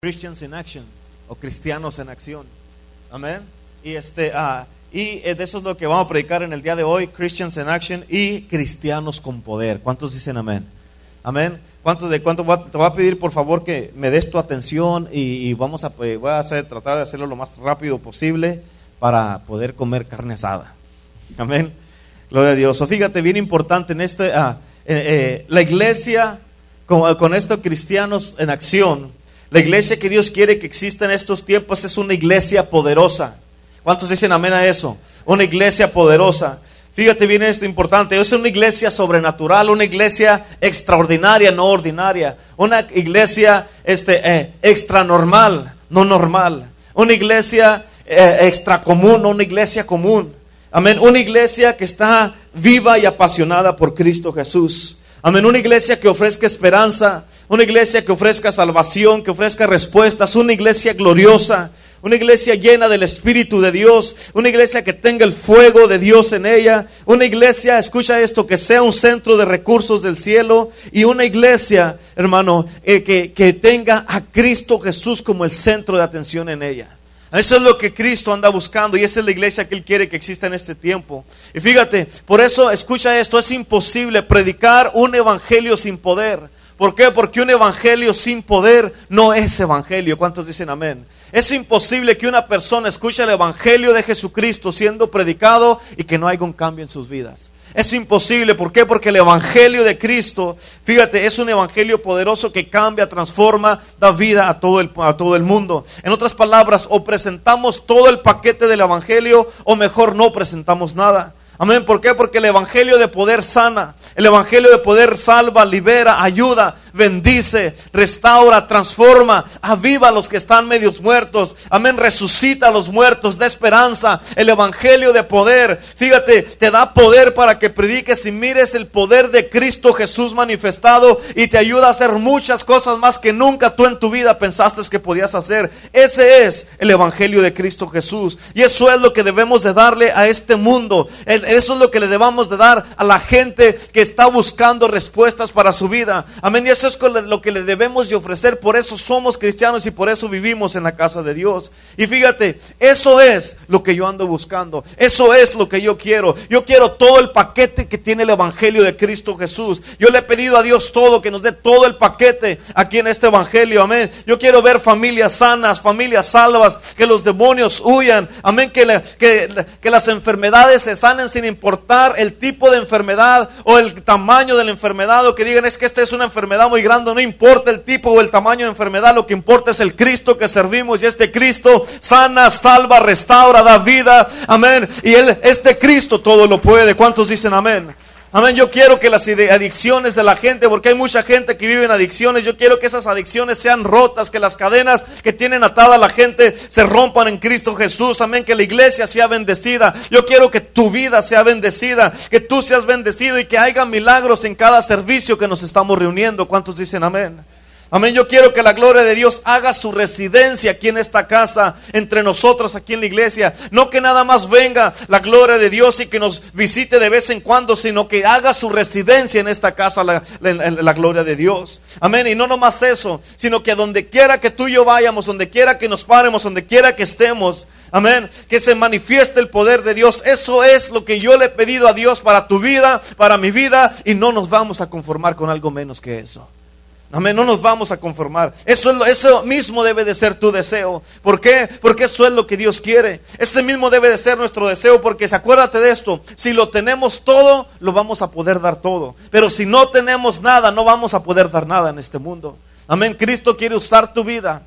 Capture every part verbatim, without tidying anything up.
Christians in Action o Cristianos en Acción. Amén. Y este uh, y de eso es lo que vamos a predicar en el día de hoy, Christians in Action y Cristianos con Poder. ¿Cuántos dicen amén? Amén. ¿Cuántos de cuánto te voy a pedir por favor que me des tu atención y, y vamos a voy a hacer, tratar de hacerlo lo más rápido posible para poder comer carne asada. Amén. Gloria a Dios. O fíjate, bien importante en este uh, eh, eh, la iglesia con, con esto Cristianos en Acción. La iglesia que Dios quiere que exista en estos tiempos es una iglesia poderosa. ¿Cuántos dicen amén a eso? Una iglesia poderosa. Fíjate bien esto importante. Es una iglesia sobrenatural, una iglesia extraordinaria, no ordinaria. Una iglesia este, eh, extranormal, no normal. Una iglesia eh, extracomún, no una iglesia común. Amén. Una iglesia que está viva y apasionada por Cristo Jesús. Amén, una iglesia que ofrezca esperanza, una iglesia que ofrezca salvación, que ofrezca respuestas, una iglesia gloriosa, una iglesia llena del Espíritu de Dios, una iglesia que tenga el fuego de Dios en ella, una iglesia, escucha esto, que sea un centro de recursos del cielo y una iglesia, hermano, eh, que, que tenga a Cristo Jesús como el centro de atención en ella. Eso es lo que Cristo anda buscando y esa es la iglesia que Él quiere que exista en este tiempo. Y fíjate, por eso, escucha esto, es imposible predicar un evangelio sin poder. ¿Por qué? Porque un evangelio sin poder no es evangelio. ¿Cuántos dicen amén? Es imposible que una persona escuche el evangelio de Jesucristo siendo predicado y que no haya un cambio en sus vidas. Es imposible, ¿por qué? Porque el evangelio de Cristo, fíjate, es un evangelio poderoso que cambia, transforma, da vida a todo el, a todo el mundo. En otras palabras, o presentamos todo el paquete del evangelio o mejor no presentamos nada. Amén, ¿por qué? Porque el evangelio de poder sana, el evangelio de poder salva, libera, ayuda, bendice, restaura, transforma, aviva a los que están medios muertos. Amén, resucita a los muertos, da esperanza. El evangelio de poder, fíjate, te da poder para que prediques y mires el poder de Cristo Jesús manifestado y te ayuda a hacer muchas cosas más que nunca tú en tu vida pensaste que podías hacer. Ese es el evangelio de Cristo Jesús y eso es lo que debemos de darle a este mundo. El, Eso es lo que le debamos de dar a la gente que está buscando respuestas para su vida. Amén. Y eso es lo que le debemos de ofrecer. Por eso somos cristianos y por eso vivimos en la casa de Dios. Y fíjate, eso es lo que yo ando buscando. Eso es lo que yo quiero. Yo quiero todo el paquete que tiene el evangelio de Cristo Jesús. Yo le he pedido a Dios todo, que nos dé todo el paquete aquí en este evangelio. Amén. Yo quiero ver familias sanas, familias salvas, que los demonios huyan. Amén. Que, le, que, que las enfermedades se sanen sin importar el tipo de enfermedad o el tamaño de la enfermedad, o que digan es que esta es una enfermedad muy grande. No importa el tipo o el tamaño de enfermedad, lo que importa es el Cristo que servimos y este Cristo sana, salva, restaura, da vida. Amén. Y él, este Cristo todo lo puede. ¿Cuántos dicen amén? Amén, yo quiero que las adicciones de la gente, porque hay mucha gente que vive en adicciones, yo quiero que esas adicciones sean rotas, que las cadenas que tienen atada a la gente se rompan en Cristo Jesús. Amén, que la iglesia sea bendecida. Yo quiero que tu vida sea bendecida, que tú seas bendecido y que haya milagros en cada servicio que nos estamos reuniendo. ¿Cuántos dicen amén? Amén, yo quiero que la gloria de Dios haga su residencia aquí en esta casa, entre nosotros aquí en la iglesia. No que nada más venga la gloria de Dios y que nos visite de vez en cuando, sino que haga su residencia en esta casa la, la, la gloria de Dios. Amén, y no nomás eso, sino que donde quiera que tú y yo vayamos, donde quiera que nos paremos, donde quiera que estemos, amén, que se manifieste el poder de Dios. Eso es lo que yo le he pedido a Dios para tu vida, para mi vida, y no nos vamos a conformar con algo menos que eso. Amén, no nos vamos a conformar. Eso, es lo, eso mismo debe de ser tu deseo. ¿Por qué? Porque eso es lo que Dios quiere. Ese mismo debe de ser nuestro deseo, porque acuérdate de esto, si lo tenemos todo, lo vamos a poder dar todo. Pero si no tenemos nada, no vamos a poder dar nada en este mundo. Amén, Cristo quiere usar tu vida.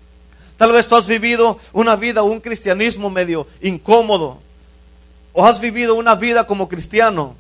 Tal vez tú has vivido una vida, un cristianismo medio incómodo, o has vivido una vida como cristiano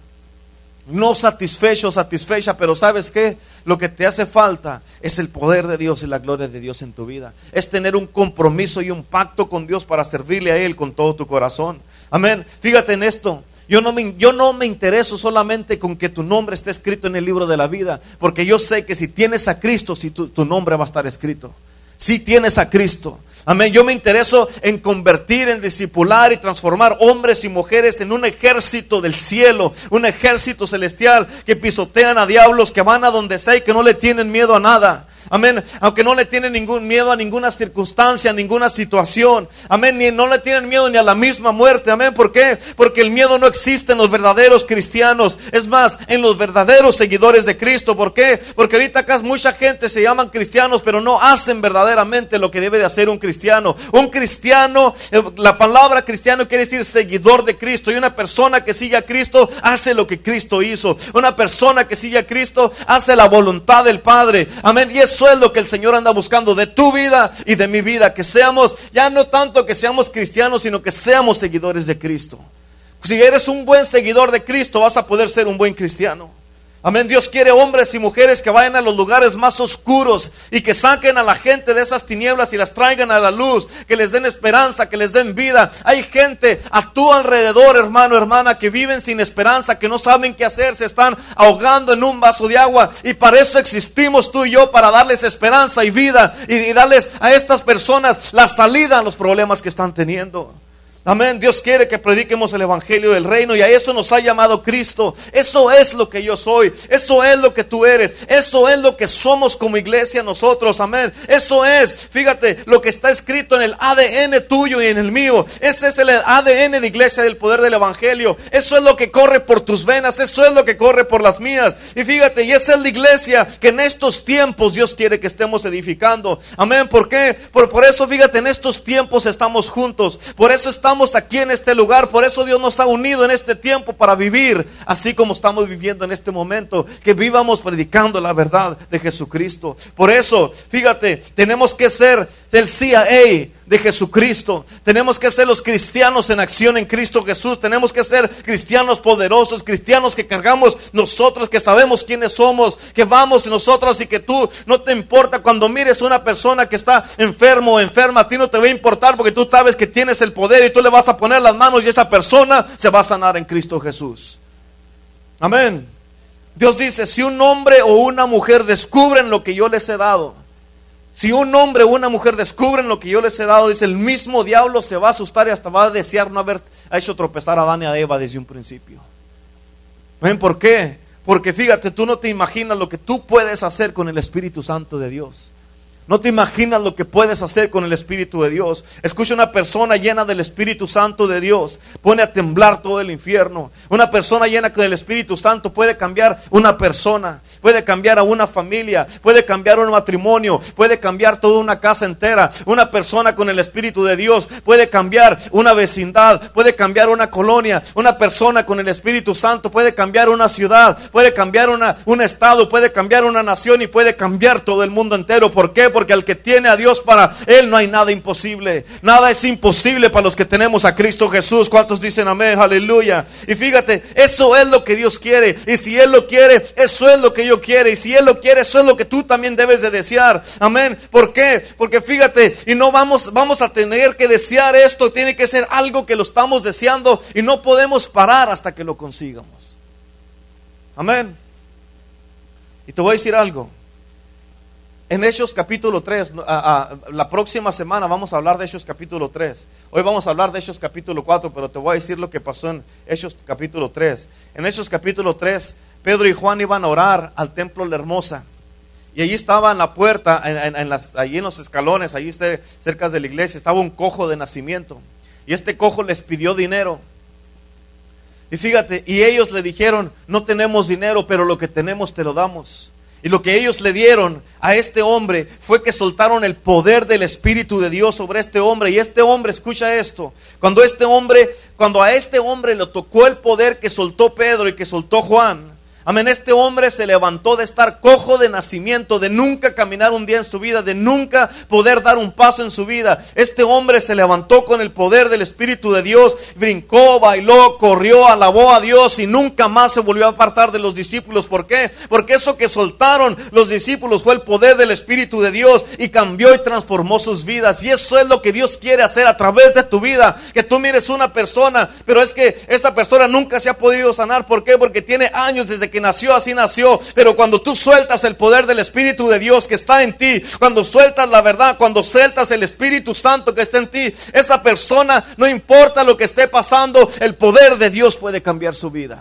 no satisfecho, satisfecha, pero ¿sabes qué? Lo que te hace falta es el poder de Dios y la gloria de Dios en tu vida. Es tener un compromiso y un pacto con Dios para servirle a Él con todo tu corazón. Amén. Fíjate en esto. Yo no, me, yo no me intereso solamente con que tu nombre esté escrito en el libro de la vida, porque yo sé que si tienes a Cristo, si tu, tu nombre va a estar escrito. Si tienes a Cristo. Amén. Yo me intereso en convertir, en discipular y transformar hombres y mujeres en un ejército del cielo, un ejército celestial que pisotean a diablos, que van a donde sea y que no le tienen miedo a nada. Amén. Aunque no le tienen ningún miedo a ninguna circunstancia, a ninguna situación. Amén. Ni no le tienen miedo ni a la misma muerte. Amén. ¿Por qué? Porque el miedo no existe en los verdaderos cristianos. Es más, en los verdaderos seguidores de Cristo. ¿Por qué? Porque ahorita acá mucha gente se llaman cristianos, pero no hacen verdaderamente lo que debe de hacer un cristiano. Un cristiano, la palabra cristiano quiere decir seguidor de Cristo. Y una persona que sigue a Cristo hace lo que Cristo hizo. Una persona que sigue a Cristo hace la voluntad del Padre. Amén. Y eso es lo que el Señor anda buscando de tu vida y de mi vida. Que seamos, ya no tanto que seamos cristianos, sino que seamos seguidores de Cristo. Si eres un buen seguidor de Cristo, vas a poder ser un buen cristiano. Amén. Dios quiere hombres y mujeres que vayan a los lugares más oscuros y que saquen a la gente de esas tinieblas y las traigan a la luz, que les den esperanza, que les den vida. Hay gente a tu alrededor, hermano, hermana, que viven sin esperanza, que no saben qué hacer, se están ahogando en un vaso de agua, y para eso existimos tú y yo, para darles esperanza y vida y, y darles a estas personas la salida a los problemas que están teniendo. Amén. Dios quiere que prediquemos el evangelio del reino, y a eso nos ha llamado Cristo. Eso es lo que yo soy, eso es lo que tú eres, eso es lo que somos como iglesia nosotros. Amén. Eso es, fíjate, lo que está escrito en el A D N tuyo y en el mío. Ese es el A D N de Iglesia del Poder del Evangelio. Eso es lo que corre por tus venas, eso es lo que corre por las mías. Y fíjate, y esa es la iglesia que en estos tiempos Dios quiere que estemos edificando. Amén. ¿Por qué? Por, por eso, fíjate, en estos tiempos estamos juntos. Por eso estamos Estamos aquí en este lugar, por eso Dios nos ha unido en este tiempo para vivir así como estamos viviendo en este momento, que vivamos predicando la verdad de Jesucristo. Por eso, fíjate, tenemos que ser el C I A de Jesucristo. Tenemos que ser los cristianos en acción en Cristo Jesús. Tenemos que ser cristianos poderosos, cristianos que cargamos nosotros, que sabemos quiénes somos, que vamos nosotros, y que tú no te importa cuando mires a una persona que está enfermo o enferma, a ti no te va a importar, porque tú sabes que tienes el poder y tú le vas a poner las manos y esa persona se va a sanar en Cristo Jesús. Amén. Dios dice, si un hombre o una mujer descubren lo que yo les he dado, si un hombre o una mujer descubren lo que yo les he dado, dice, el mismo diablo se va a asustar y hasta va a desear no haber hecho tropezar a Adán y a Eva desde un principio. ¿Ven por qué? Porque fíjate, tú no te imaginas lo que tú puedes hacer con el Espíritu Santo de Dios. No te imaginas lo que puedes hacer con el Espíritu de Dios. Escucha, una persona llena del Espíritu Santo de Dios pone a temblar todo el infierno. Una persona llena del Espíritu Santo puede cambiar una persona, puede cambiar a una familia, puede cambiar un matrimonio, puede cambiar toda una casa entera. Una persona con el Espíritu de Dios puede cambiar una vecindad, puede cambiar una colonia. Una persona con el Espíritu Santo puede cambiar una ciudad, puede cambiar una, un estado, puede cambiar una nación y puede cambiar todo el mundo entero. ¿Por qué? Porque al que tiene a Dios, para él no hay nada imposible. Nada es imposible para los que tenemos a Cristo Jesús. ¿Cuántos dicen amén? Aleluya. Y fíjate, eso es lo que Dios quiere. Y si Él lo quiere, eso es lo que yo quiero. Y si Él lo quiere, eso es lo que tú también debes de desear. Amén. ¿Por qué? Porque fíjate, y no vamos, vamos a tener que desear esto. Tiene que ser algo que lo estamos deseando y no podemos parar hasta que lo consigamos. Amén. Y te voy a decir algo. En Hechos capítulo tres, a, a, la próxima semana vamos a hablar de Hechos capítulo tres. Hoy vamos a hablar de Hechos capítulo cuatro, pero te voy a decir lo que pasó en Hechos capítulo tres. En Hechos capítulo tres, Pedro y Juan iban a orar al templo La Hermosa. Y allí estaba en la puerta, en, en, en las, allí en los escalones, allí cerca de la iglesia, estaba un cojo de nacimiento. Y este cojo les pidió dinero. Y fíjate, y ellos le dijeron, no tenemos dinero, pero lo que tenemos te lo damos. Y lo que ellos le dieron a este hombre fue que soltaron el poder del Espíritu de Dios sobre este hombre. Y este hombre, escucha esto, cuando este hombre, cuando a este hombre le tocó el poder que soltó Pedro y que soltó Juan, amén, este hombre se levantó de estar cojo de nacimiento, de nunca caminar un día en su vida, de nunca poder dar un paso en su vida. Este hombre se levantó con el poder del Espíritu de Dios, brincó, bailó, corrió, alabó a Dios y nunca más se volvió a apartar de los discípulos. ¿Por qué? Porque eso que soltaron los discípulos fue el poder del Espíritu de Dios y cambió y transformó sus vidas. Y eso es lo que Dios quiere hacer a través de tu vida. Que tú mires una persona, pero es que esta persona nunca se ha podido sanar. ¿Por qué? Porque tiene años desde que nació, así nació. Pero cuando tú sueltas el poder del Espíritu de Dios que está en ti, cuando sueltas la verdad, cuando sueltas el Espíritu Santo que está en ti, esa persona, no importa lo que esté pasando, el poder de Dios puede cambiar su vida.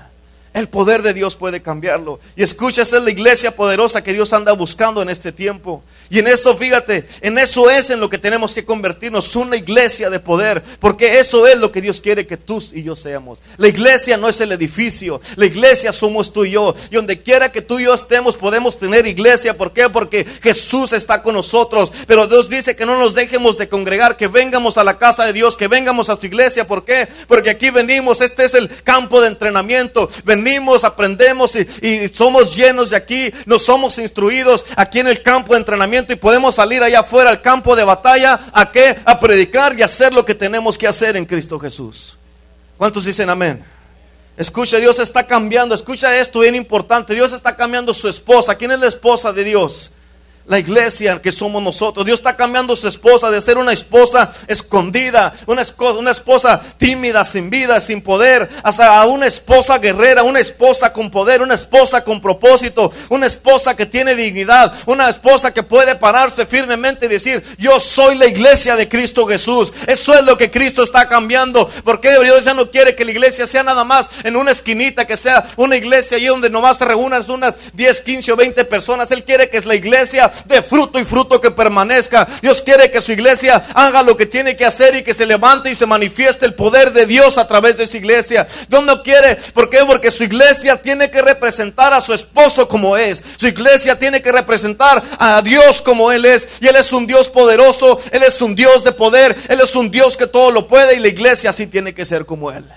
El poder de Dios puede cambiarlo. Y escucha, esa es la iglesia poderosa que Dios anda buscando en este tiempo. Y en eso, fíjate, en eso es en lo que tenemos que convertirnos, una iglesia de poder. Porque eso es lo que Dios quiere que tú y yo seamos. La iglesia no es el edificio, la iglesia somos tú y yo. Y donde quiera que tú y yo estemos, podemos tener iglesia. ¿Por qué? Porque Jesús está con nosotros. Pero Dios dice que no nos dejemos de congregar, que vengamos a la casa de Dios, que vengamos a su iglesia. ¿Por qué? Porque aquí venimos, este es el campo de entrenamiento. Venimos, aprendemos y, y somos llenos de aquí, nos somos instruidos aquí en el campo de entrenamiento y podemos salir allá afuera al campo de batalla. ¿A qué? A predicar y hacer lo que tenemos que hacer en Cristo Jesús. ¿Cuántos dicen amén? Escucha, Dios está cambiando, escucha esto bien importante, Dios está cambiando su esposa. ¿Quién es la esposa de Dios? La iglesia que somos nosotros. Dios está cambiando su esposa de ser una esposa escondida, una, esco- una esposa tímida, sin vida, sin poder, hasta a una esposa guerrera, una esposa con poder, una esposa con propósito, una esposa que tiene dignidad, una esposa que puede pararse firmemente y decir: yo soy la iglesia de Cristo Jesús. Eso es lo que Cristo está cambiando. Porque Dios ya no quiere que la iglesia sea nada más en una esquinita, que sea una iglesia allí donde nomás te reúnas unas diez, quince o veinte personas. Él quiere que es la iglesia de fruto y fruto que permanezca. Dios quiere que su iglesia haga lo que tiene que hacer y que se levante y se manifieste el poder de Dios a través de su iglesia. Dios no quiere, ¿por qué? Porque su iglesia tiene que representar a su esposo como es. Su iglesia tiene que representar a Dios como Él es. Y Él es un Dios poderoso, Él es un Dios de poder, Él es un Dios que todo lo puede, y la iglesia así tiene que ser como Él.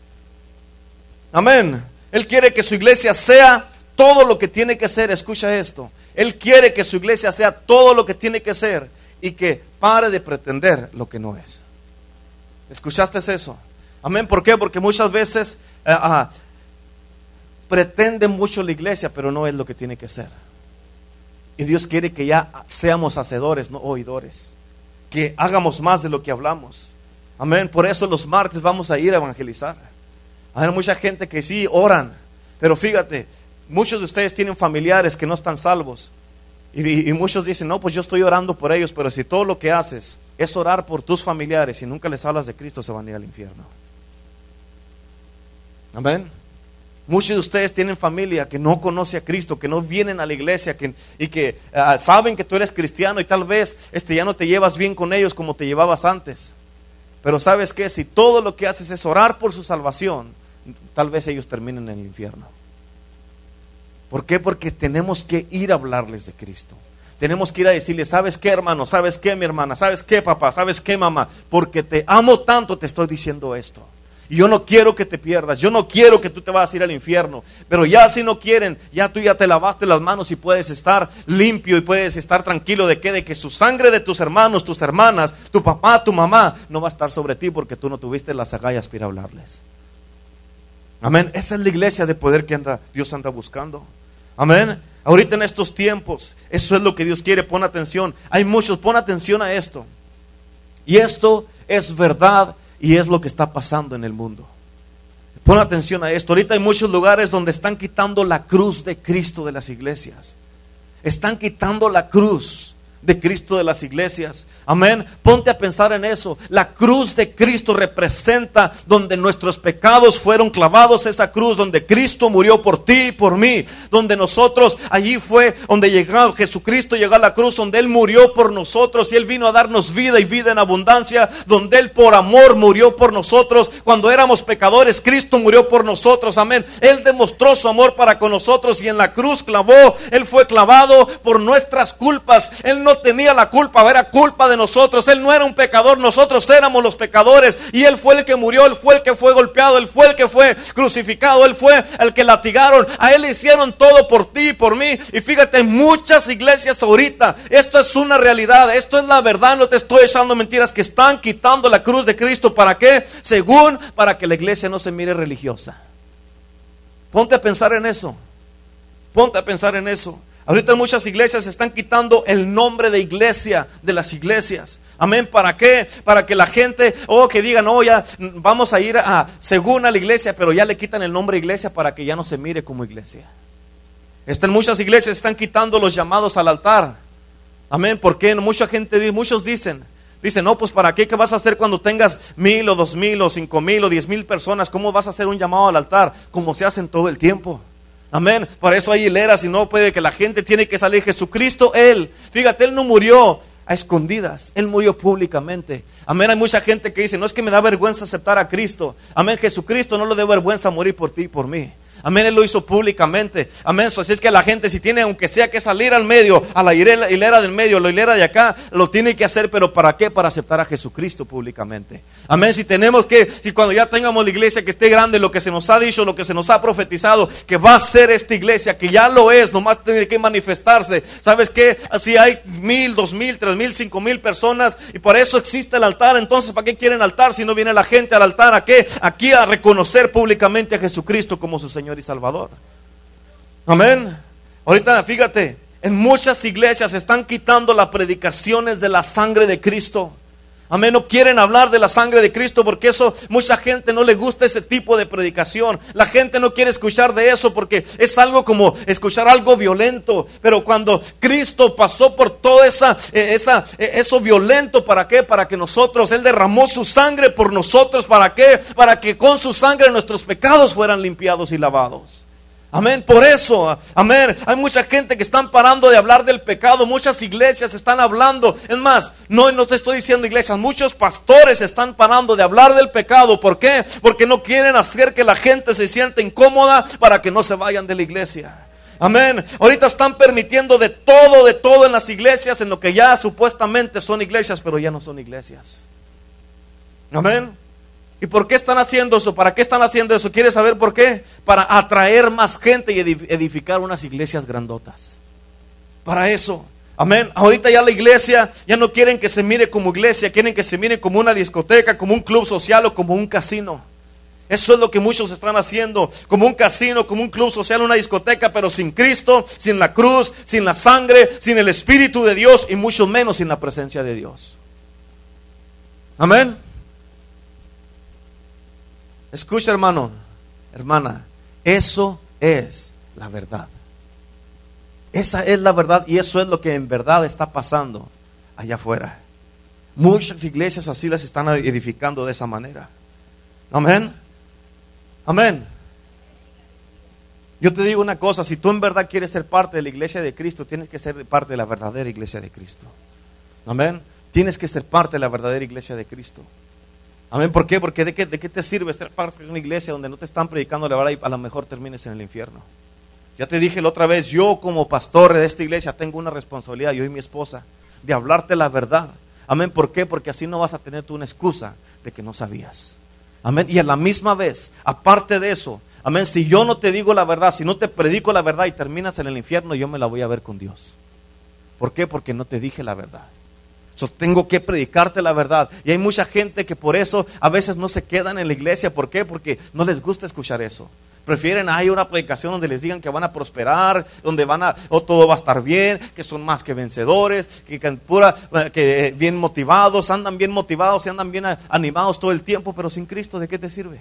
Amén. Él quiere que su iglesia sea todo lo que tiene que ser. Escucha esto. Él quiere que su iglesia sea todo lo que tiene que ser y que pare de pretender lo que no es. ¿Escuchaste eso? Amén. ¿Por qué? Porque muchas veces uh, uh, pretende mucho la iglesia, pero no es lo que tiene que ser. Y Dios quiere que ya seamos hacedores, no oidores. Que hagamos más de lo que hablamos. Amén. Por eso los martes vamos a ir a evangelizar. Hay mucha gente que sí oran, pero fíjate, muchos de ustedes tienen familiares que no están salvos. Y, y muchos dicen: no, pues yo estoy orando por ellos. Pero si todo lo que haces es orar por tus familiares y nunca les hablas de Cristo, se van a ir al infierno. Amén. Muchos de ustedes tienen familia que no conoce a Cristo, que no vienen a la iglesia, que, y que uh, saben que tú eres cristiano, y tal vez este, ya no te llevas bien con ellos como te llevabas antes. Pero ¿sabes qué? Si todo lo que haces es orar por su salvación, tal vez ellos terminen en el infierno. ¿Por qué? Porque tenemos que ir a hablarles de Cristo. Tenemos que ir a decirles: ¿sabes qué, hermano? ¿Sabes qué, mi hermana? ¿Sabes qué, papá? ¿Sabes qué, mamá? Porque te amo tanto, te estoy diciendo esto. Y yo no quiero que te pierdas. Yo no quiero que tú te vayas a ir al infierno. Pero ya si no quieren, ya tú ya te lavaste las manos y puedes estar limpio y puedes estar tranquilo de que, de que su sangre de tus hermanos, tus hermanas, tu papá, tu mamá, no va a estar sobre ti porque tú no tuviste las agallas para hablarles. Amén. Esa es la iglesia de poder que anda, Dios anda buscando. Amén. Ahorita en estos tiempos, eso es lo que Dios quiere. Pon atención. Hay muchos, pon atención a esto. Y esto es verdad y es lo que está pasando en el mundo. Pon atención a esto. Ahorita hay muchos lugares donde están quitando la cruz de Cristo de las iglesias. Están quitando la cruz de Cristo de las iglesias. Amén. Ponte a pensar en eso. La cruz de Cristo representa donde nuestros pecados fueron clavados. Esa cruz donde Cristo murió por ti y por mí. Donde nosotros, allí fue donde llegó Jesucristo, llegó a la cruz, donde Él murió por nosotros y Él vino a darnos vida y vida en abundancia. Donde Él por amor murió por nosotros. Cuando éramos pecadores, Cristo murió por nosotros. Amén. Él demostró su amor para con nosotros y en la cruz clavó. Él fue clavado por nuestras culpas. Él no tenía la culpa, era culpa de nosotros. Él no era un pecador, nosotros éramos los pecadores. Y Él fue el que murió, Él fue el que fue golpeado, Él fue el que fue crucificado, Él fue el que latigaron. A Él le hicieron todo por ti y por mí. Y fíjate, en muchas iglesias ahorita, esto es una realidad, esto es la verdad, no te estoy echando mentiras, que están quitando la cruz de Cristo. ¿Para qué? Según para que la iglesia no se mire religiosa. Ponte a pensar en eso. Ponte a pensar en eso. Ahorita en muchas iglesias se están quitando el nombre de iglesia de las iglesias. Amén. ¿Para qué? Para que la gente, oh, que digan: oh, ya vamos a ir a, según a la iglesia, pero ya le quitan el nombre iglesia para que ya no se mire como iglesia. En muchas iglesias están quitando los llamados al altar. Amén. Porque mucha gente, muchos dicen: Dice, no, pues ¿para qué? ¿Qué vas a hacer cuando tengas mil o dos mil o cinco mil o diez mil personas? ¿Cómo vas a hacer un llamado al altar? Como se hacen todo el tiempo. Amén. Para eso hay hileras y no puede que la gente tiene que salir. Jesucristo, Él, fíjate, Él no murió a escondidas, Él murió públicamente. Amén. Hay mucha gente que dice, no es que me da vergüenza aceptar a Cristo. Amén. Jesucristo no le da vergüenza morir por ti y por mí. Amén, Él lo hizo públicamente. Amén, así es que la gente si tiene aunque sea que salir al medio, a la hilera, hilera del medio, la hilera de acá, lo tiene que hacer, pero ¿para qué? Para aceptar a Jesucristo públicamente. Amén, si tenemos que, si cuando ya tengamos la iglesia que esté grande, lo que se nos ha dicho, lo que se nos ha profetizado, que va a ser esta iglesia, que ya lo es, nomás tiene que manifestarse. ¿Sabes qué? Si hay mil, dos mil, tres mil, cinco mil personas, y por eso existe el altar, entonces ¿para qué quieren altar si no viene la gente al altar? ¿A qué? Aquí a reconocer públicamente a Jesucristo como su Señor y Salvador. Amén. Ahorita fíjate, en muchas iglesias están quitando las predicaciones de la sangre de Cristo. Amén, no quieren hablar de la sangre de Cristo porque eso, mucha gente no le gusta ese tipo de predicación. La gente no quiere escuchar de eso porque es algo como escuchar algo violento. Pero cuando Cristo pasó por todo esa, esa, eso violento, ¿para qué? Para que nosotros, Él derramó su sangre por nosotros. ¿Para qué? Para que con su sangre nuestros pecados fueran limpiados y lavados. Amén, por eso, amén, hay mucha gente que están parando de hablar del pecado, muchas iglesias están hablando, es más, no, no te estoy diciendo iglesias, muchos pastores están parando de hablar del pecado. ¿Por qué? Porque no quieren hacer que la gente se sienta incómoda para que no se vayan de la iglesia. Amén, ahorita están permitiendo de todo, de todo en las iglesias, en lo que ya supuestamente son iglesias, pero ya no son iglesias. Amén. ¿Y por qué están haciendo eso? ¿Para qué están haciendo eso? ¿Quieres saber por qué? Para atraer más gente y edificar unas iglesias grandotas. Para eso. Amén. Ahorita ya la iglesia ya no quieren que se mire como iglesia, quieren que se mire como una discoteca, como un club social o como un casino. Eso es lo que muchos están haciendo, como un casino, como un club social, una discoteca, pero sin Cristo, sin la cruz, sin la sangre, sin el Espíritu de Dios y mucho menos sin la presencia de Dios. Amén. Escucha, hermano, hermana, eso es la verdad. Esa es la verdad y eso es lo que en verdad está pasando allá afuera. Muchas iglesias así las están edificando de esa manera. Amén. Amén. Yo te digo una cosa, si tú en verdad quieres ser parte de la iglesia de Cristo, tienes que ser parte de la verdadera iglesia de Cristo. Amén. Tienes que ser parte de la verdadera iglesia de Cristo. Amén, ¿por qué? Porque ¿de qué, de qué te sirve estar parte de una iglesia donde no te están predicando la verdad y a lo mejor termines en el infierno? Ya te dije la otra vez, yo como pastor de esta iglesia tengo una responsabilidad, yo y mi esposa, de hablarte la verdad. Amén, ¿por qué? Porque así no vas a tener tú una excusa de que no sabías. Amén, y a la misma vez, aparte de eso, amén, si yo no te digo la verdad, si no te predico la verdad y terminas en el infierno, yo me la voy a ver con Dios. ¿Por qué? Porque no te dije la verdad. So, tengo que predicarte la verdad. Y hay mucha gente que por eso a veces no se quedan en la iglesia. ¿Por qué? Porque no les gusta escuchar eso. Prefieren, hay una predicación donde les digan que van a prosperar, donde van a, o todo va a estar bien, que son más que vencedores, que, que, pura, que bien motivados, andan bien motivados y andan bien animados todo el tiempo, pero sin Cristo, ¿de qué te sirve?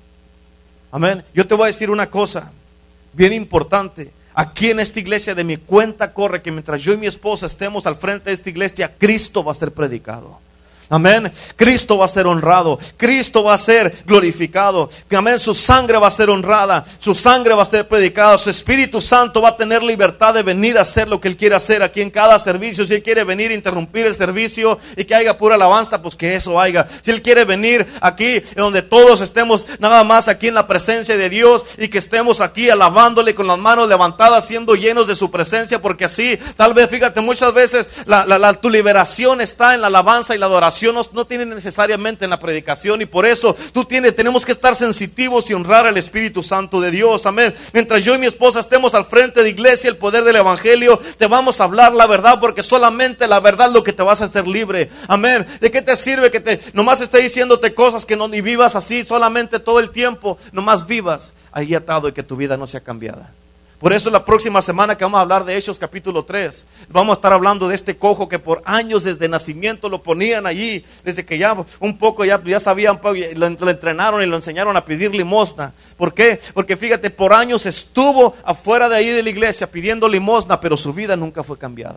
Amén. Yo te voy a decir una cosa bien importante. Aquí en esta iglesia de mi cuenta corre que mientras yo y mi esposa estemos al frente de esta iglesia, Cristo va a ser predicado. Amén. Cristo va a ser honrado. Cristo va a ser glorificado. Amén. Su sangre va a ser honrada. Su sangre va a ser predicada. Su Espíritu Santo va a tener libertad de venir a hacer lo que Él quiere hacer aquí en cada servicio. Si Él quiere venir a interrumpir el servicio y que haya pura alabanza, pues que eso haya. Si Él quiere venir aquí donde todos estemos nada más aquí en la presencia de Dios y que estemos aquí alabándole con las manos levantadas, siendo llenos de su presencia, porque así, tal vez, fíjate, muchas veces la, la, la, tu liberación está en la alabanza y la adoración. No, no tiene necesariamente en la predicación y por eso tú tienes, tenemos que estar sensitivos y honrar al Espíritu Santo de Dios. Amén. Mientras yo y mi esposa estemos al frente de iglesia, el poder del evangelio, te vamos a hablar la verdad, porque solamente la verdad es lo que te vas a hacer libre. Amén. ¿De qué te sirve que te nomás esté diciéndote cosas que no ni vivas así solamente todo el tiempo? Nomás vivas ahí atado y que tu vida no sea cambiada. Por eso la próxima semana que vamos a hablar de Hechos capítulo tres, vamos a estar hablando de este cojo que por años desde nacimiento lo ponían allí, desde que ya un poco ya, ya sabían, lo, lo entrenaron y lo enseñaron a pedir limosna. ¿Por qué? Porque fíjate, por años estuvo afuera de ahí de la iglesia pidiendo limosna, pero su vida nunca fue cambiada.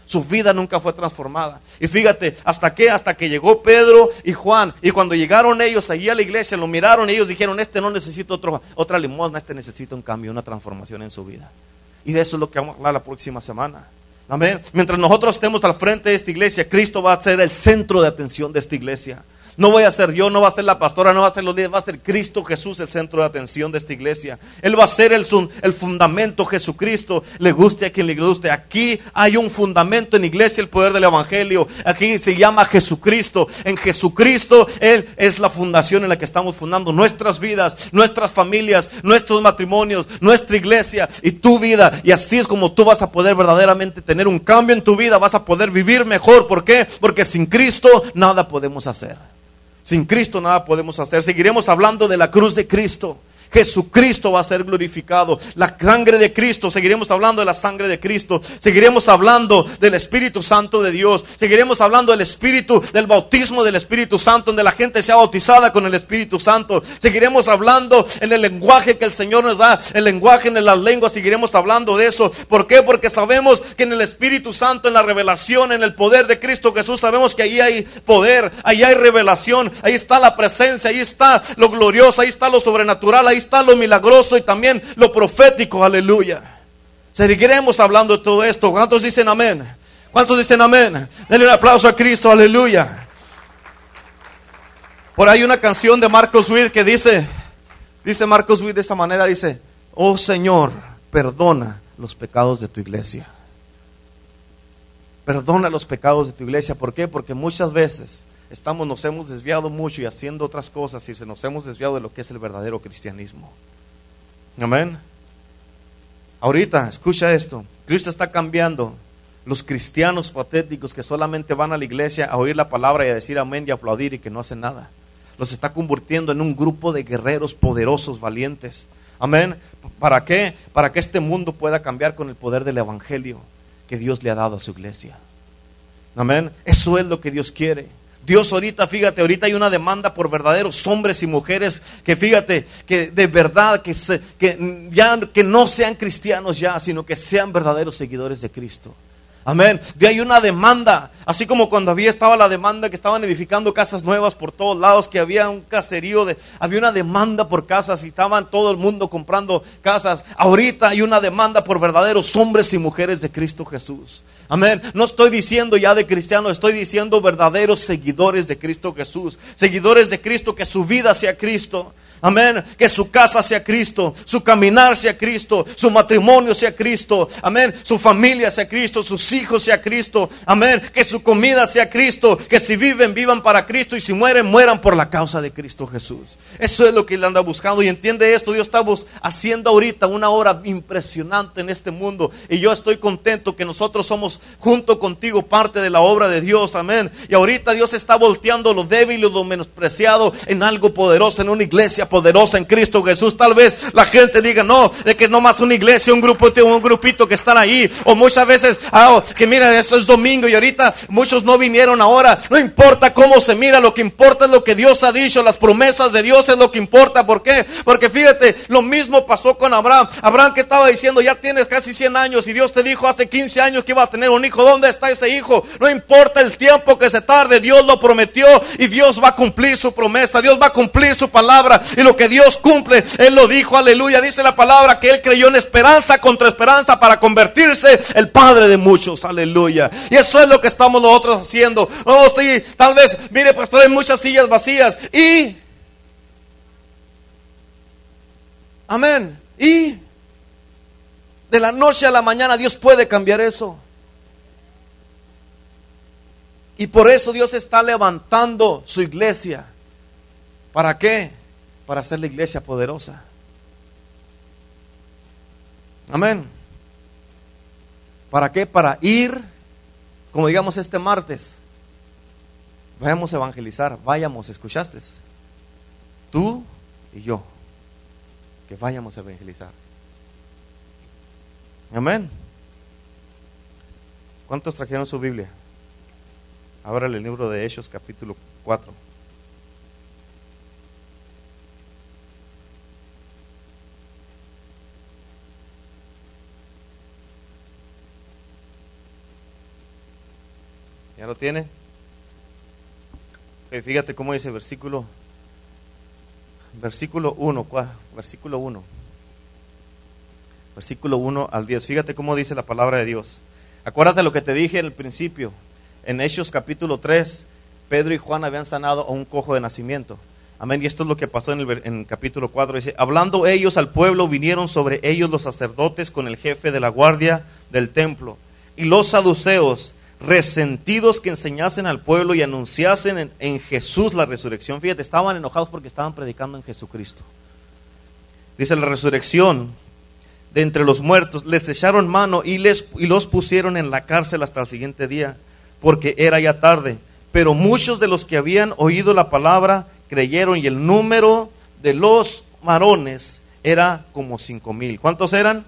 Su vida nunca fue transformada. Y fíjate, ¿hasta qué? Hasta que llegó Pedro y Juan. Y cuando llegaron ellos allí a la iglesia, lo miraron y ellos dijeron, este no necesita otro, otra limosna, este necesita un cambio, una transformación en su vida. Y de eso es lo que vamos a hablar la próxima semana. Amén. Mientras nosotros estemos al frente de esta iglesia, Cristo va a ser el centro de atención de esta iglesia. No voy a ser yo, no va a ser la pastora, no va a ser los líderes, va a ser Cristo Jesús el centro de atención de esta iglesia. Él va a ser el, el fundamento, Jesucristo, le guste a quien le guste. Aquí hay un fundamento en iglesia, el poder del evangelio. Aquí se llama Jesucristo. En Jesucristo, Él es la fundación en la que estamos fundando nuestras vidas, nuestras familias, nuestros matrimonios, nuestra iglesia y tu vida. Y así es como tú vas a poder verdaderamente tener un cambio en tu vida, vas a poder vivir mejor. ¿Por qué? Porque sin Cristo nada podemos hacer. Sin Cristo nada podemos hacer. Seguiremos hablando de la cruz de Cristo. Jesucristo va a ser glorificado. La sangre de Cristo, seguiremos hablando de la sangre de Cristo. Seguiremos hablando del Espíritu Santo de Dios. Seguiremos hablando del Espíritu, del bautismo del Espíritu Santo, donde la gente sea bautizada con el Espíritu Santo. Seguiremos hablando en el lenguaje que el Señor nos da, el lenguaje en las lenguas. Seguiremos hablando de eso. ¿Por qué? Porque sabemos que en el Espíritu Santo, en la revelación, en el poder de Cristo Jesús, sabemos que ahí hay poder, ahí hay revelación, ahí está la presencia, ahí está lo glorioso, ahí está lo sobrenatural, ahí está lo milagroso y también lo profético, aleluya. Seguiremos hablando de todo esto. ¿Cuántos dicen amén? ¿Cuántos dicen amén? Denle un aplauso a Cristo, aleluya. Por ahí una canción de Marcos Witt que dice, dice Marcos Witt de esta manera, dice, oh Señor, perdona los pecados de tu iglesia. Perdona los pecados de tu iglesia. ¿Por qué? Porque muchas veces Estamos, nos hemos desviado mucho y haciendo otras cosas y se nos hemos desviado de lo que es el verdadero cristianismo. Amén. Ahorita, escucha esto. Cristo está cambiando los cristianos patéticos que solamente van a la iglesia a oír la palabra y a decir amén y a aplaudir y que no hacen nada. Los está convirtiendo en un grupo de guerreros poderosos, valientes. Amén. ¿Para qué? Para que este mundo pueda cambiar con el poder del evangelio que Dios le ha dado a su iglesia. Amén. Eso es lo que Dios quiere. Dios ahorita, fíjate, ahorita hay una demanda por verdaderos hombres y mujeres que fíjate, que de verdad, que, se, que ya que no sean cristianos ya, sino que sean verdaderos seguidores de Cristo. Amén. De ahí una demanda, así como cuando había estaba la demanda que estaban edificando casas nuevas por todos lados, que había un caserío, de, había una demanda por casas y estaban todo el mundo comprando casas. Ahorita hay una demanda por verdaderos hombres y mujeres de Cristo Jesús. Amén. No estoy diciendo ya de cristianos, estoy diciendo verdaderos seguidores de Cristo Jesús. Seguidores de Cristo, que su vida sea Cristo. Amén, que su casa sea Cristo, su caminar sea Cristo, su matrimonio sea Cristo, amén, su familia sea Cristo, sus hijos sea Cristo, amén, que su comida sea Cristo, que si viven, vivan para Cristo y si mueren, mueran por la causa de Cristo Jesús. Eso es lo que él anda buscando y entiende esto. Dios está haciendo ahorita una obra impresionante en este mundo y yo estoy contento que nosotros somos junto contigo parte de la obra de Dios, amén. Y ahorita Dios está volteando lo débil y lo menospreciado en algo poderoso, en una iglesia poderosa en Cristo Jesús. Tal vez la gente diga, no, de que no más una iglesia, un grupo, un grupito que están ahí, o muchas veces, ah, que mira, eso es domingo y ahorita muchos no vinieron ahora. No importa cómo se mira, lo que importa es lo que Dios ha dicho, las promesas de Dios es lo que importa. ¿Por qué? Porque fíjate, lo mismo pasó con Abraham. Abraham que estaba diciendo, ya tienes casi cien años y Dios te dijo hace quince años que iba a tener un hijo. ¿Dónde está ese hijo? No importa el tiempo que se tarde, Dios lo prometió y Dios va a cumplir su promesa, Dios va a cumplir su palabra. Y lo que Dios cumple, Él lo dijo, aleluya. Dice la palabra que Él creyó en esperanza contra esperanza para convertirse el padre de muchos, aleluya. Y eso es lo que estamos nosotros haciendo. Oh, sí, tal vez, mire, pastor, hay muchas sillas vacías y amén. Y de la noche a la mañana Dios puede cambiar eso. Y por eso Dios está levantando su iglesia. ¿Para qué? Para hacer la iglesia poderosa. Amén. ¿Para qué? Para ir, como digamos este martes, vayamos a evangelizar, vayamos, ¿escuchaste? Tú y yo, que vayamos a evangelizar. Amén. ¿Cuántos trajeron su Biblia? Ahora el libro de Hechos capítulo cuatro. ¿Ya lo tiene? Okay, fíjate cómo dice versículo Versículo uno, versículo uno. Versículo uno al diez. Fíjate cómo dice la palabra de Dios. Acuérdate lo que te dije en el principio. En Hechos capítulo tres, Pedro y Juan habían sanado a un cojo de nacimiento. Amén. Y esto es lo que pasó en el, en el capítulo cuatro. Dice, hablando ellos al pueblo, vinieron sobre ellos los sacerdotes con el jefe de la guardia del templo. Y los saduceos, resentidos que enseñasen al pueblo y anunciasen en, en Jesús la resurrección. Fíjate, estaban enojados porque estaban predicando en Jesucristo. Dice la resurrección de entre los muertos. Les echaron mano y, les, y los pusieron en la cárcel hasta el siguiente día, porque era ya tarde. Pero muchos de los que habían oído la palabra creyeron, y el número de los varones era como cinco mil. ¿Cuántos eran?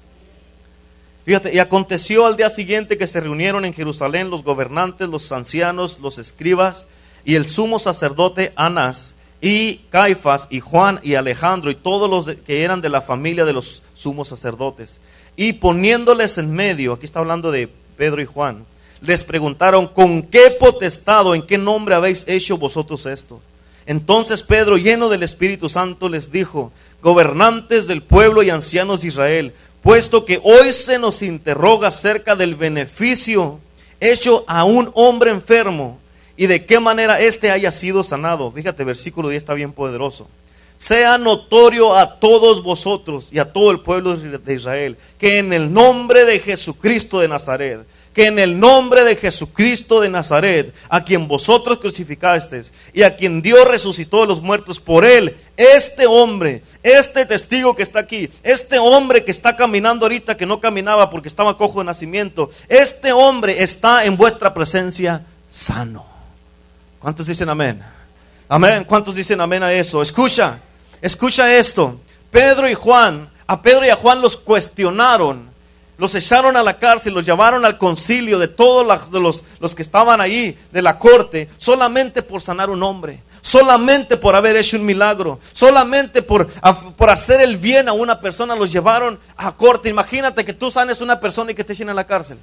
Fíjate, y aconteció al día siguiente que se reunieron en Jerusalén los gobernantes, los ancianos, los escribas y el sumo sacerdote Anás y Caifás y Juan y Alejandro y todos los de, que eran de la familia de los sumos sacerdotes. Y poniéndoles en medio, aquí está hablando de Pedro y Juan, les preguntaron, ¿con qué potestad o en qué nombre habéis hecho vosotros esto? Entonces Pedro, lleno del Espíritu Santo, les dijo, gobernantes del pueblo y ancianos de Israel, puesto que hoy se nos interroga acerca del beneficio hecho a un hombre enfermo y de qué manera éste haya sido sanado. Fíjate, versículo diez está bien poderoso. Sea notorio a todos vosotros y a todo el pueblo de Israel que en el nombre de Jesucristo de Nazaret, que en el nombre de Jesucristo de Nazaret, a quien vosotros crucificasteis y a quien Dios resucitó de los muertos, por él, este hombre, este testigo que está aquí, este hombre que está caminando ahorita, que no caminaba porque estaba cojo de nacimiento, este hombre está en vuestra presencia sano. ¿Cuántos dicen amén? Amén. ¿Cuántos dicen amén a eso? Escucha, escucha esto. Pedro y Juan, a Pedro y a Juan los cuestionaron. Los echaron a la cárcel, los llevaron al concilio de todos los, de los, los que estaban ahí, de la corte, solamente por sanar un hombre, solamente por haber hecho un milagro, solamente por, por hacer el bien a una persona, los llevaron a corte. Imagínate que tú sanes a una persona y que te echen a la cárcel.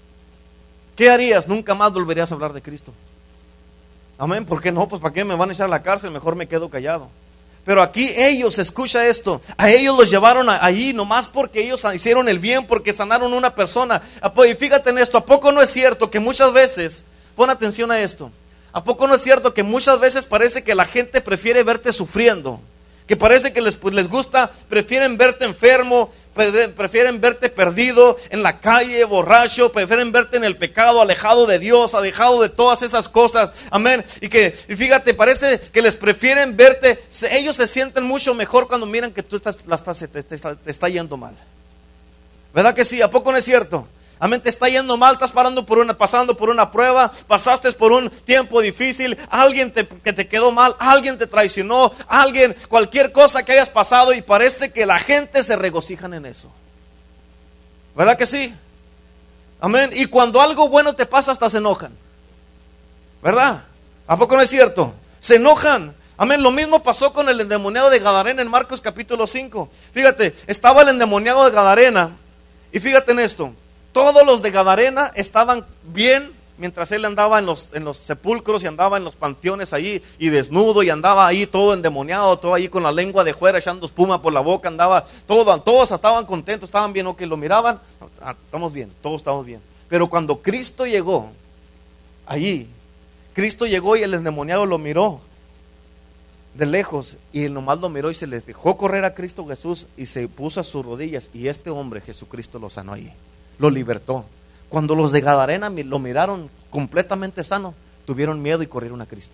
¿Qué harías? Nunca más volverías a hablar de Cristo. Amén. ¿Por qué no? Pues ¿para qué me van a echar a la cárcel? Mejor me quedo callado. Pero aquí ellos, escucha esto, a ellos los llevaron ahí nomás porque ellos hicieron el bien, porque sanaron a una persona. Y fíjate en esto, ¿a poco no es cierto que muchas veces, pon atención a esto, ¿a poco no es cierto que muchas veces parece que la gente prefiere verte sufriendo? Que parece que les, pues, les gusta, prefieren verte enfermo, prefieren verte perdido en la calle, borracho, prefieren verte en el pecado, alejado de Dios, alejado de todas esas cosas, amén. Y que, y fíjate, parece que les prefieren verte, ellos se sienten mucho mejor cuando miran que tú estás, la estás, te, te, te, está, te está yendo mal. ¿Verdad que sí? ¿A poco no es cierto? Amén, te está yendo mal, estás parando por una, pasando por una prueba, pasaste por un tiempo difícil, alguien te, que te quedó mal, alguien te traicionó, alguien, cualquier cosa que hayas pasado, y parece que la gente se regocijan en eso. ¿Verdad que sí? Amén. Y cuando algo bueno te pasa, hasta se enojan. ¿Verdad? ¿A poco no es cierto? Se enojan. Amén, lo mismo pasó con el endemoniado de Gadarena en Marcos capítulo cinco. Fíjate, estaba el endemoniado de Gadarena, y fíjate en esto. Todos los de Gadarena estaban bien mientras él andaba en los, en los sepulcros y andaba en los panteones ahí y desnudo y andaba ahí todo endemoniado, todo ahí con la lengua de fuera echando espuma por la boca, andaba todo, todos estaban contentos, estaban bien, o que lo miraban, ah, estamos bien, todos estamos bien. Pero cuando Cristo llegó allí, Cristo llegó y el endemoniado lo miró de lejos y él nomás lo miró y se le dejó correr a Cristo Jesús y se puso a sus rodillas, y este hombre Jesucristo lo sanó allí. Lo libertó. Cuando los de Gadarena lo miraron completamente sano, tuvieron miedo y corrieron a Cristo.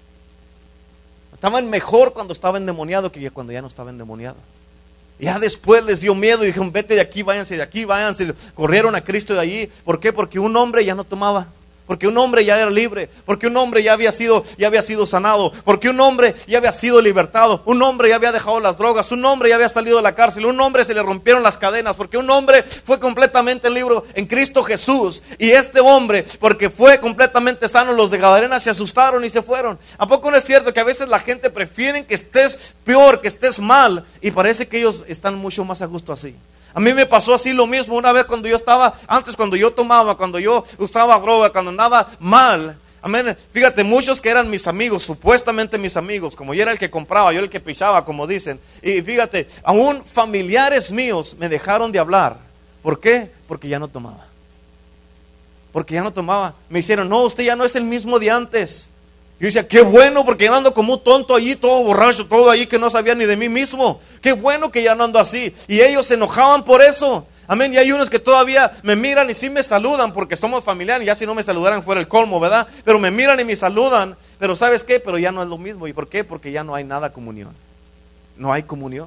Estaban mejor cuando estaba endemoniado que cuando ya no estaba endemoniado. Ya después les dio miedo y dijeron, vete de aquí, váyanse de aquí, váyanse. Corrieron a Cristo de allí. ¿Por qué? Porque un hombre ya no tomaba. Porque un hombre ya era libre, porque un hombre ya había sido, ya había sido sanado, porque un hombre ya había sido libertado, un hombre ya había dejado las drogas, un hombre ya había salido de la cárcel, un hombre se le rompieron las cadenas, porque un hombre fue completamente libre en Cristo Jesús. Y este hombre, porque fue completamente sano, los de Gadarena se asustaron y se fueron. ¿A poco no es cierto que a veces la gente prefiere que estés peor, que estés mal, y parece que ellos están mucho más a gusto así? A mí me pasó así lo mismo una vez cuando yo estaba, antes cuando yo tomaba, cuando yo usaba droga, cuando andaba mal. Amén. Fíjate, muchos que eran mis amigos, supuestamente mis amigos, como yo era el que compraba, yo el que pichaba, como dicen. Y fíjate, aún familiares míos me dejaron de hablar. ¿Por qué? Porque ya no tomaba. Porque ya no tomaba. Me hicieron, no, usted ya no es el mismo de antes. Yo decía, qué bueno, porque ya no ando como un tonto allí, todo borracho, todo allí que no sabía ni de mí mismo. Qué bueno que ya no ando así. Y ellos se enojaban por eso. Amén. Y hay unos que todavía me miran y sí me saludan porque somos familiares. Ya si no me saludaran fuera el colmo, ¿verdad? Pero me miran y me saludan. Pero ¿sabes qué? Pero ya no es lo mismo. ¿Y por qué? Porque ya no hay nada comunión. No hay comunión.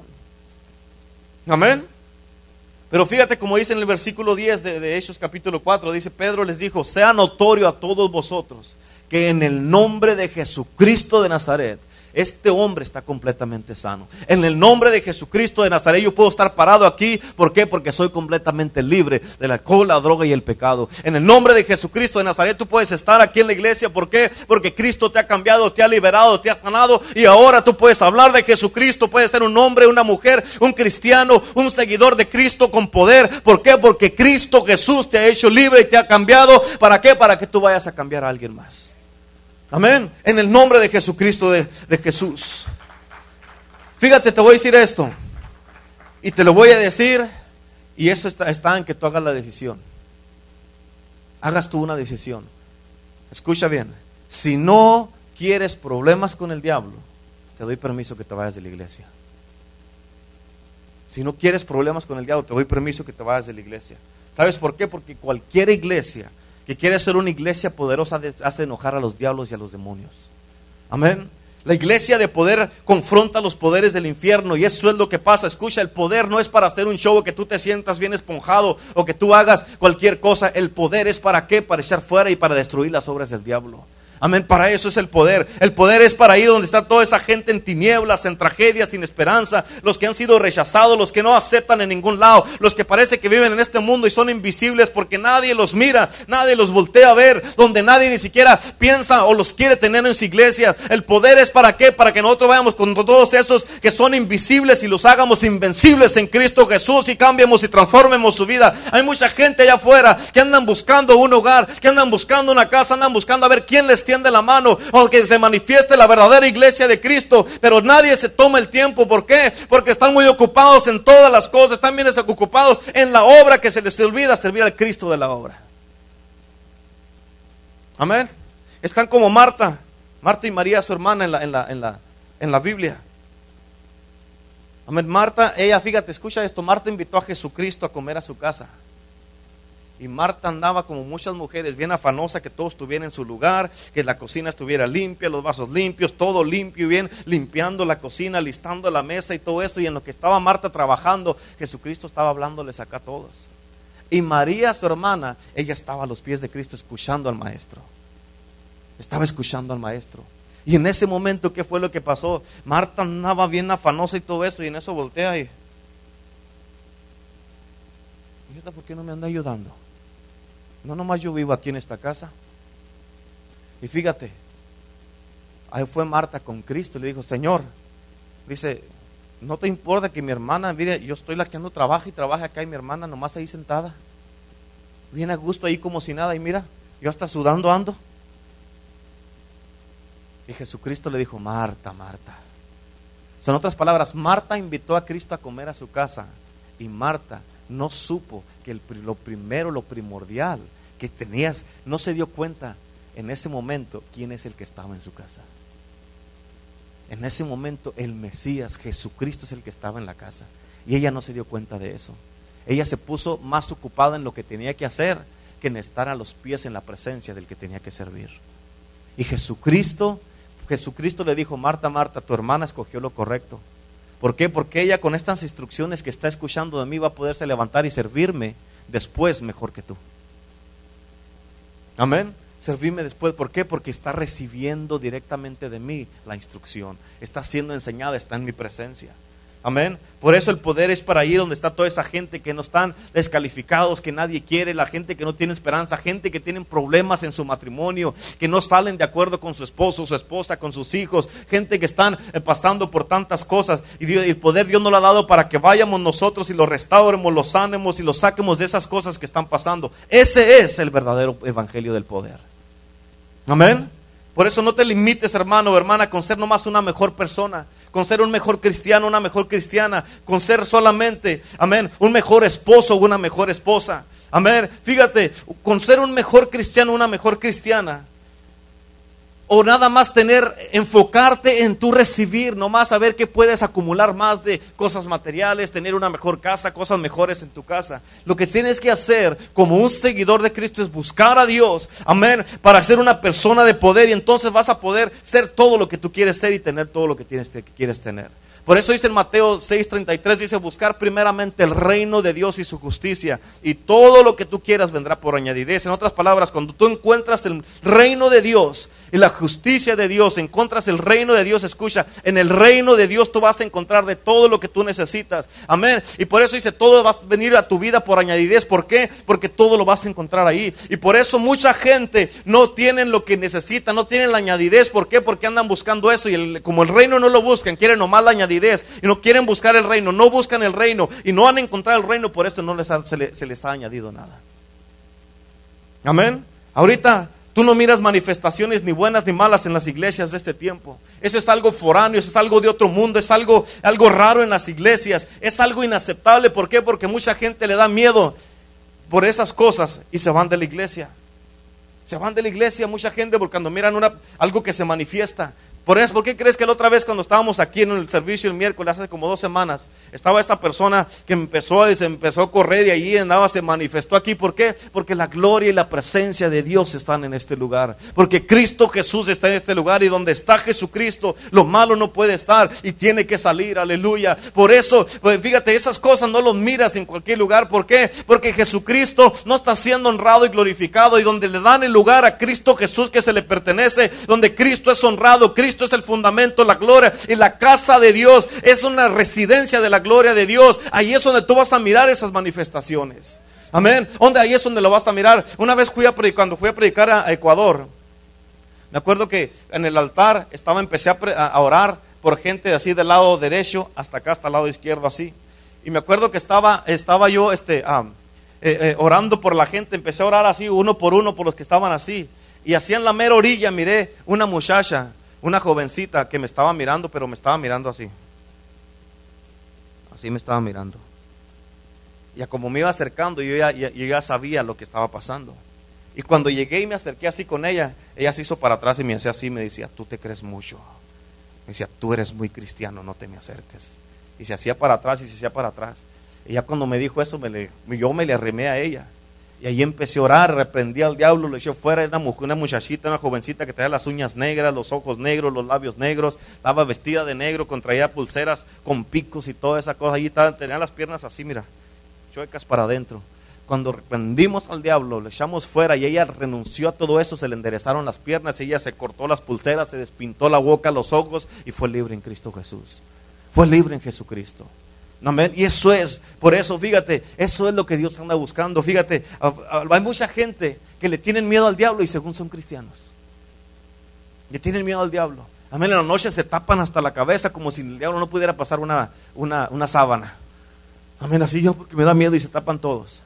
Amén. Pero fíjate como dice en el versículo diez de, de Hechos capítulo cuatro. Dice, Pedro les dijo, sea notorio a todos vosotros que en el nombre de Jesucristo de Nazaret, este hombre está completamente sano. En el nombre de Jesucristo de Nazaret yo puedo estar parado aquí. ¿Por qué? Porque soy completamente libre del alcohol, la droga y el pecado. En el nombre de Jesucristo de Nazaret tú puedes estar aquí en la iglesia. ¿Por qué? Porque Cristo te ha cambiado, te ha liberado, te ha sanado. Y ahora tú puedes hablar de Jesucristo. Puedes ser un hombre, una mujer, un cristiano, un seguidor de Cristo con poder. ¿Por qué? Porque Cristo Jesús te ha hecho libre y te ha cambiado. ¿Para qué? Para que tú vayas a cambiar a alguien más. Amén. En el nombre de Jesucristo de, de Jesús. Fíjate, te voy a decir esto. Y te lo voy a decir. Y eso está, está en que tú hagas la decisión. Hagas tú una decisión. Escucha bien. Si no quieres problemas con el diablo, te doy permiso que te vayas de la iglesia. Si no quieres problemas con el diablo, te doy permiso que te vayas de la iglesia. ¿Sabes por qué? Porque cualquier iglesia que quiere ser una iglesia poderosa hace enojar a los diablos y a los demonios. Amén. La iglesia de poder confronta los poderes del infierno y eso es lo que pasa. Escucha, el poder no es para hacer un show que tú te sientas bien esponjado o que tú hagas cualquier cosa. El poder es para qué, para echar fuera y para destruir las obras del diablo. Amén, para eso es el poder. El poder es para ir donde está toda esa gente en tinieblas, en tragedias, sin esperanza. Los que han sido rechazados, los que no aceptan en ningún lado. Los que parece que viven en este mundo y son invisibles porque nadie los mira, nadie los voltea a ver. Donde nadie ni siquiera piensa o los quiere tener en su iglesia. El poder es para qué, para que nosotros vayamos con todos esos que son invisibles y los hagamos invencibles en Cristo Jesús y cambiemos y transformemos su vida. Hay mucha gente allá afuera que andan buscando un hogar, que andan buscando una casa, andan buscando a ver quién les tiende la mano o que se manifieste la verdadera iglesia de Cristo, pero nadie se toma el tiempo. ¿Por qué? Porque están muy ocupados en todas las cosas, están bien ocupados en la obra, que se les olvida servir al Cristo de la obra. Amén. Están como Marta, Marta y María, su hermana en la, en la, en la, en la Biblia. Amén. Marta, ella, fíjate, escucha esto, Marta invitó a Jesucristo a comer a su casa. Y Marta andaba como muchas mujeres, bien afanosa, que todo estuviera en su lugar, que la cocina estuviera limpia, los vasos limpios, todo limpio y bien, limpiando la cocina, listando la mesa y todo eso. Y en lo que estaba Marta trabajando, Jesucristo estaba hablándoles acá a todos. Y María, su hermana, ella estaba a los pies de Cristo escuchando al maestro. Estaba escuchando al maestro. Y en ese momento, ¿qué fue lo que pasó? Marta andaba bien afanosa y todo eso, y en eso voltea y... ¿Y por qué no me anda ayudando? No, nomás yo vivo aquí en esta casa. Y fíjate, ahí fue Marta con Cristo y le dijo, Señor, dice, no te importa que mi hermana, mire, yo estoy la que ando, trabaja y trabaja acá y mi hermana nomás ahí sentada, bien a gusto ahí como si nada, y mira, yo hasta sudando ando. Y Jesucristo le dijo, Marta, Marta. Son otras palabras, Marta invitó a Cristo a comer a su casa y Marta no supo que el, lo primero, lo primordial que tenías, no se dio cuenta en ese momento quién es el que estaba en su casa. En ese momento el Mesías, Jesucristo, es el que estaba en la casa. Y ella no se dio cuenta de eso. Ella se puso más ocupada en lo que tenía que hacer que en estar a los pies en la presencia del que tenía que servir. Y Jesucristo, Jesucristo le dijo, Marta, Marta, tu hermana escogió lo correcto. ¿Por qué? Porque ella con estas instrucciones que está escuchando de mí va a poderse levantar y servirme después mejor que tú. Amén. Servirme después. ¿Por qué? Porque está recibiendo directamente de mí la instrucción. Está siendo enseñada, está en mi presencia. Amén. Por eso el poder es para ir donde está toda esa gente que no están descalificados, que nadie quiere, la gente que no tiene esperanza, gente que tienen problemas en su matrimonio, que no salen de acuerdo con su esposo, su esposa, con sus hijos, gente que están eh, pasando por tantas cosas. Y Dios, el poder Dios nos lo ha dado para que vayamos nosotros y los restauremos, los sanemos y los saquemos de esas cosas que están pasando. Ese es el verdadero evangelio del poder. Amén. Por eso no te limites, hermano o hermana, con ser nomás una mejor persona, con ser un mejor cristiano, una mejor cristiana, con ser solamente, amén, un mejor esposo o una mejor esposa. Amén. Fíjate, con ser un mejor cristiano, una mejor cristiana. O nada más tener, enfocarte en tu recibir, nomás saber que puedes acumular más de cosas materiales, tener una mejor casa, cosas mejores en tu casa. Lo que tienes que hacer como un seguidor de Cristo es buscar a Dios, amén, para ser una persona de poder, y entonces vas a poder ser todo lo que tú quieres ser y tener todo lo que tienes, que quieres tener. Por eso dice en Mateo seis treinta y tres, dice: buscar primeramente el reino de Dios y su justicia, y todo lo que tú quieras vendrá por añadidez. En otras palabras, cuando tú encuentras el reino de Dios y la justicia de Dios, encuentras el reino de Dios, escucha, en el reino de Dios tú vas a encontrar de todo lo que tú necesitas. Amén. Y por eso dice, todo va a venir a tu vida por añadidez. ¿Por qué? Porque todo lo vas a encontrar ahí. Y por eso mucha gente no tienen lo que necesita, no tienen la añadidez. ¿Por qué? Porque andan buscando eso, y el, como el reino no lo buscan, quieren nomás la añadidez. Y no quieren buscar el reino, no buscan el reino y no han encontrado el reino, por esto no les ha, se, le, se les ha añadido nada. Amén. Ahorita tú no miras manifestaciones ni buenas ni malas en las iglesias de este tiempo. Eso es algo foráneo, eso es algo de otro mundo, es algo, algo raro en las iglesias, es algo inaceptable. ¿Por qué? Porque mucha gente le da miedo por esas cosas y se van de la iglesia. Se van de la iglesia mucha gente porque cuando miran una, algo que se manifiesta. Por eso, ¿por qué crees que la otra vez cuando estábamos aquí en el servicio el miércoles, hace como dos semanas, estaba esta persona que empezó y se empezó a correr y allí andaba, se manifestó aquí? ¿Por qué? Porque la gloria y la presencia de Dios están en este lugar. Porque Cristo Jesús está en este lugar, y donde está Jesucristo, lo malo no puede estar y tiene que salir, aleluya. Por eso, pues fíjate, esas cosas no los miras en cualquier lugar. ¿Por qué? Porque Jesucristo no está siendo honrado y glorificado, y donde le dan el lugar a Cristo Jesús que se le pertenece, donde Cristo es honrado, Cristo es el fundamento, la gloria, y la casa de Dios es una residencia de la gloria de Dios. Ahí es donde tú vas a mirar esas manifestaciones. Amén. Donde ahí es donde lo vas a mirar. Una vez fui a predicar, cuando fui a predicar a Ecuador, me acuerdo que en el altar estaba, empecé a, pre, a orar por gente así del lado derecho hasta acá, hasta el lado izquierdo así. Y me acuerdo que estaba, estaba yo este, ah, eh, eh, orando por la gente. Empecé a orar así, uno por uno, por los que estaban así. Y así en la mera orilla miré una muchacha, una jovencita que me estaba mirando, pero me estaba mirando así. Así me estaba mirando. Y como me iba acercando, yo ya, ya, yo ya sabía lo que estaba pasando. Y cuando llegué y me acerqué así con ella, ella se hizo para atrás y me hacía así, me decía: tú te crees mucho. Me decía: tú eres muy cristiano, no te me acerques. Y se hacía para atrás y se hacía para atrás. Y ya cuando me dijo eso, me le, yo me le arrimé a ella. Y ahí empecé a orar, reprendí al diablo, lo eché fuera. Era una, una muchachita, una jovencita que traía las uñas negras, los ojos negros, los labios negros. Estaba vestida de negro, contraía pulseras con picos y toda esa cosa. Ahí estaban, tenía las piernas así, mira, chuecas para adentro. Cuando reprendimos al diablo, le echamos fuera y ella renunció a todo eso. Se le enderezaron las piernas, ella se cortó las pulseras, se despintó la boca, los ojos, y fue libre en Cristo Jesús. Fue libre en Jesucristo. Amén. Y eso es, por eso, fíjate, eso es lo que Dios anda buscando. Fíjate, hay mucha gente que le tienen miedo al diablo y según son cristianos. Le tienen miedo al diablo. Amén. En la noche se tapan hasta la cabeza como si el diablo no pudiera pasar una, una, una sábana. Amén. Así yo, porque me da miedo, y se tapan todos.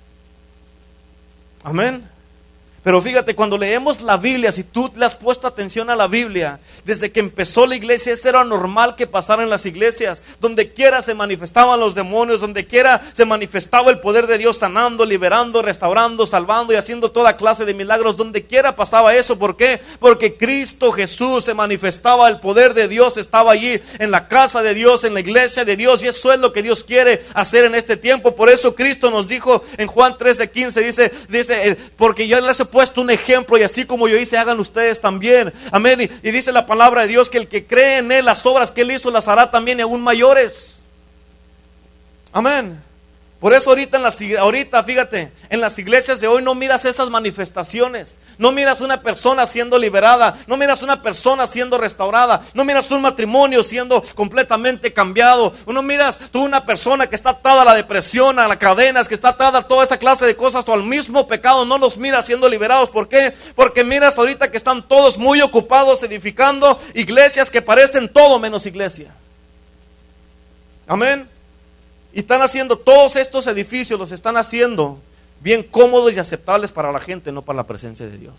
Amén. Pero fíjate, cuando leemos la Biblia, si tú le has puesto atención a la Biblia, desde que empezó la iglesia, eso era normal que pasara en las iglesias. Donde quiera se manifestaban los demonios, donde quiera se manifestaba el poder de Dios, sanando, liberando, restaurando, salvando y haciendo toda clase de milagros. Donde quiera pasaba eso. ¿Por qué? Porque Cristo Jesús se manifestaba, el poder de Dios estaba allí, en la casa de Dios, en la iglesia de Dios, y eso es lo que Dios quiere hacer en este tiempo. Por eso Cristo nos dijo en Juan trece quince, dice, dice porque yo les he puesto un ejemplo, y así como yo hice, hagan ustedes también. Amén. Y, y dice la palabra de Dios que el que cree en Él, las obras que Él hizo las hará también, y aún mayores. Amén. Por eso ahorita, en las, ahorita, fíjate, en las iglesias de hoy no miras esas manifestaciones. No miras una persona siendo liberada. No miras una persona siendo restaurada. No miras un matrimonio siendo completamente cambiado. No miras tú una persona que está atada a la depresión, a las cadenas, que está atada a toda esa clase de cosas o al mismo pecado. No los miras siendo liberados. ¿Por qué? Porque miras ahorita que están todos muy ocupados edificando iglesias que parecen todo menos iglesia. Amén. Y están haciendo todos estos edificios, los están haciendo bien cómodos y aceptables para la gente, no para la presencia de Dios.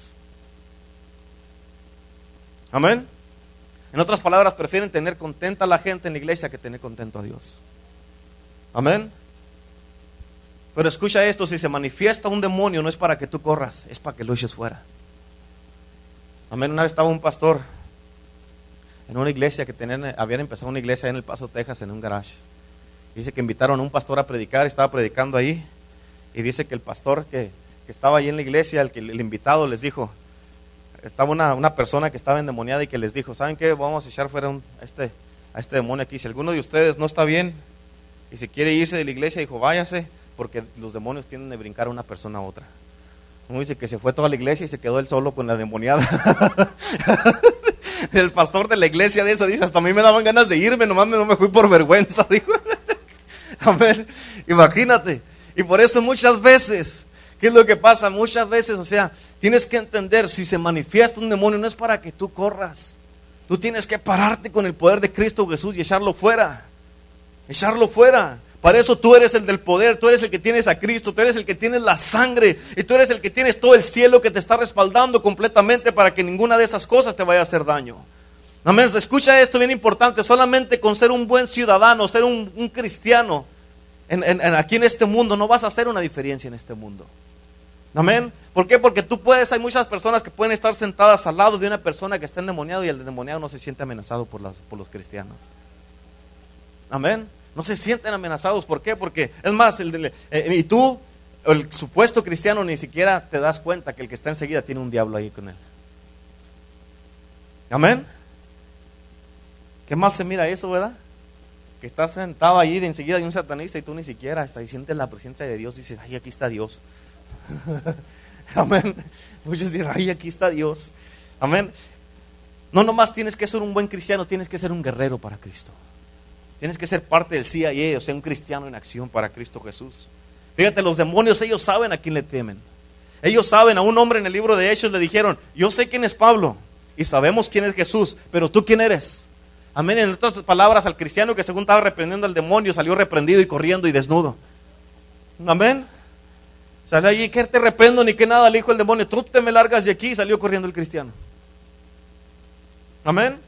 Amén. En otras palabras, prefieren tener contenta a la gente en la iglesia que tener contento a Dios. Amén. Pero escucha esto, si se manifiesta un demonio no es para que tú corras, es para que lo eches fuera. Amén. Una vez estaba un pastor en una iglesia que tenían, habían empezado una iglesia en El Paso, Texas, en un garage. Dice que invitaron a un pastor a predicar, estaba predicando ahí, y dice que el pastor que, que estaba ahí en la iglesia, el, que, el invitado les dijo, estaba una, una persona que estaba endemoniada y que les dijo, ¿saben qué? Vamos a echar fuera un, a, este, a este demonio aquí. Si alguno de ustedes no está bien y si quiere irse de la iglesia, dijo, váyase, porque los demonios tienden a brincar a una persona a otra. Uno dice que se fue toda la iglesia y se quedó él solo con la demoniada. El pastor de la iglesia de eso dice, hasta a mí me daban ganas de irme, nomás no me fui por vergüenza, dijo. Amén. Imagínate. Y por eso muchas veces, ¿qué es lo que pasa? Muchas veces, o sea, tienes que entender, si se manifiesta un demonio, no es para que tú corras. Tú tienes que pararte con el poder de Cristo Jesús y echarlo fuera. Echarlo fuera. Para eso tú eres el del poder, tú eres el que tienes a Cristo, tú eres el que tienes la sangre y tú eres el que tienes todo el cielo que te está respaldando completamente para que ninguna de esas cosas te vaya a hacer daño. Amén. Escucha esto bien importante, solamente con ser un buen ciudadano, ser un, un cristiano en, en, en, aquí en este mundo, no vas a hacer una diferencia en este mundo. Amén. ¿Por qué? Porque tú puedes, hay muchas personas que pueden estar sentadas al lado de una persona que está endemoniado y el endemoniado no se siente amenazado por, las, por los cristianos. Amén. No se sienten amenazados. ¿Por qué? Porque, es más, el de, eh, y tú, el supuesto cristiano, ni siquiera te das cuenta que el que está enseguida tiene un diablo ahí con él. Amén. Qué mal se mira eso, ¿verdad? Que estás sentado ahí de enseguida hay un satanista y tú ni siquiera hasta ahí sientes la presencia de Dios y dices, ay, aquí está Dios. Amén. Muchos dicen, ay, aquí está Dios. Amén. No nomás tienes que ser un buen cristiano, tienes que ser un guerrero para Cristo. Tienes que ser parte del C I A, o sea, un cristiano en acción para Cristo Jesús. Fíjate, los demonios, ellos saben a quién le temen. Ellos saben, a un hombre en el libro de Hechos le dijeron, yo sé quién es Pablo y sabemos quién es Jesús, pero ¿tú quién eres? Amén. En otras palabras, al cristiano que según estaba reprendiendo al demonio, salió reprendido y corriendo y desnudo. Amén. Salió allí, ¿qué te reprendo ni qué nada? Le dijo el demonio, tú te me largas de aquí, y salió corriendo el cristiano. Amén.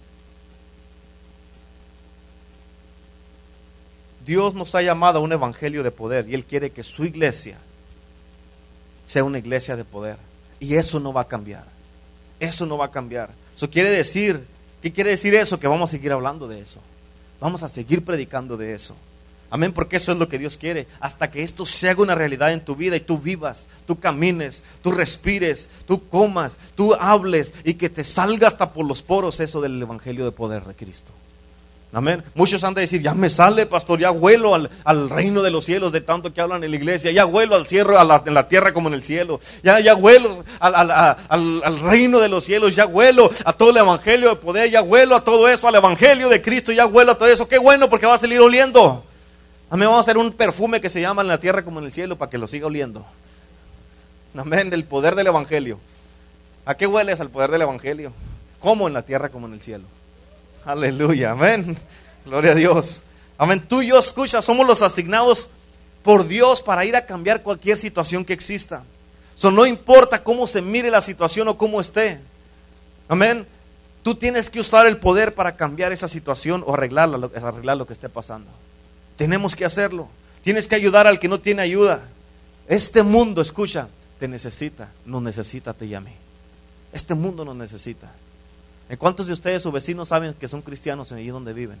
Dios nos ha llamado a un evangelio de poder y Él quiere que su iglesia sea una iglesia de poder. Y eso no va a cambiar. Eso no va a cambiar. Eso quiere decir, ¿qué quiere decir eso? Que vamos a seguir hablando de eso. Vamos a seguir predicando de eso. Amén, porque eso es lo que Dios quiere. Hasta que esto se haga una realidad en tu vida y tú vivas, tú camines, tú respires, tú comas, tú hables y que te salga hasta por los poros eso del evangelio de poder de Cristo. Amén. Muchos han de decir, ya me sale, pastor, ya huelo al, al reino de los cielos de tanto que hablan en la iglesia, ya huelo al cielo, a la, en la tierra como en el cielo, ya, ya huelo al, al, al, al reino de los cielos, ya huelo a todo el evangelio de poder, ya huelo a todo eso, al evangelio de Cristo, ya huelo a todo eso. Qué bueno, porque va a salir oliendo. Amén, vamos a hacer un perfume que se llama en la tierra como en el cielo para que lo siga oliendo. Amén, del poder del evangelio. ¿A qué hueles? Al poder del evangelio. Como en la tierra como en el cielo. Aleluya, amén. Gloria a Dios. Amén. Tú y yo, escucha, somos los asignados por Dios para ir a cambiar cualquier situación que exista. So, no importa cómo se mire la situación o cómo esté. Amén. Tú tienes que usar el poder para cambiar esa situación o arreglarla, arreglar lo que esté pasando. Tenemos que hacerlo. Tienes que ayudar al que no tiene ayuda. Este mundo, escucha, te necesita, nos necesita a ti y a mí. Este mundo nos necesita. ¿En cuántos de ustedes, sus vecinos, saben que son cristianos allí donde viven?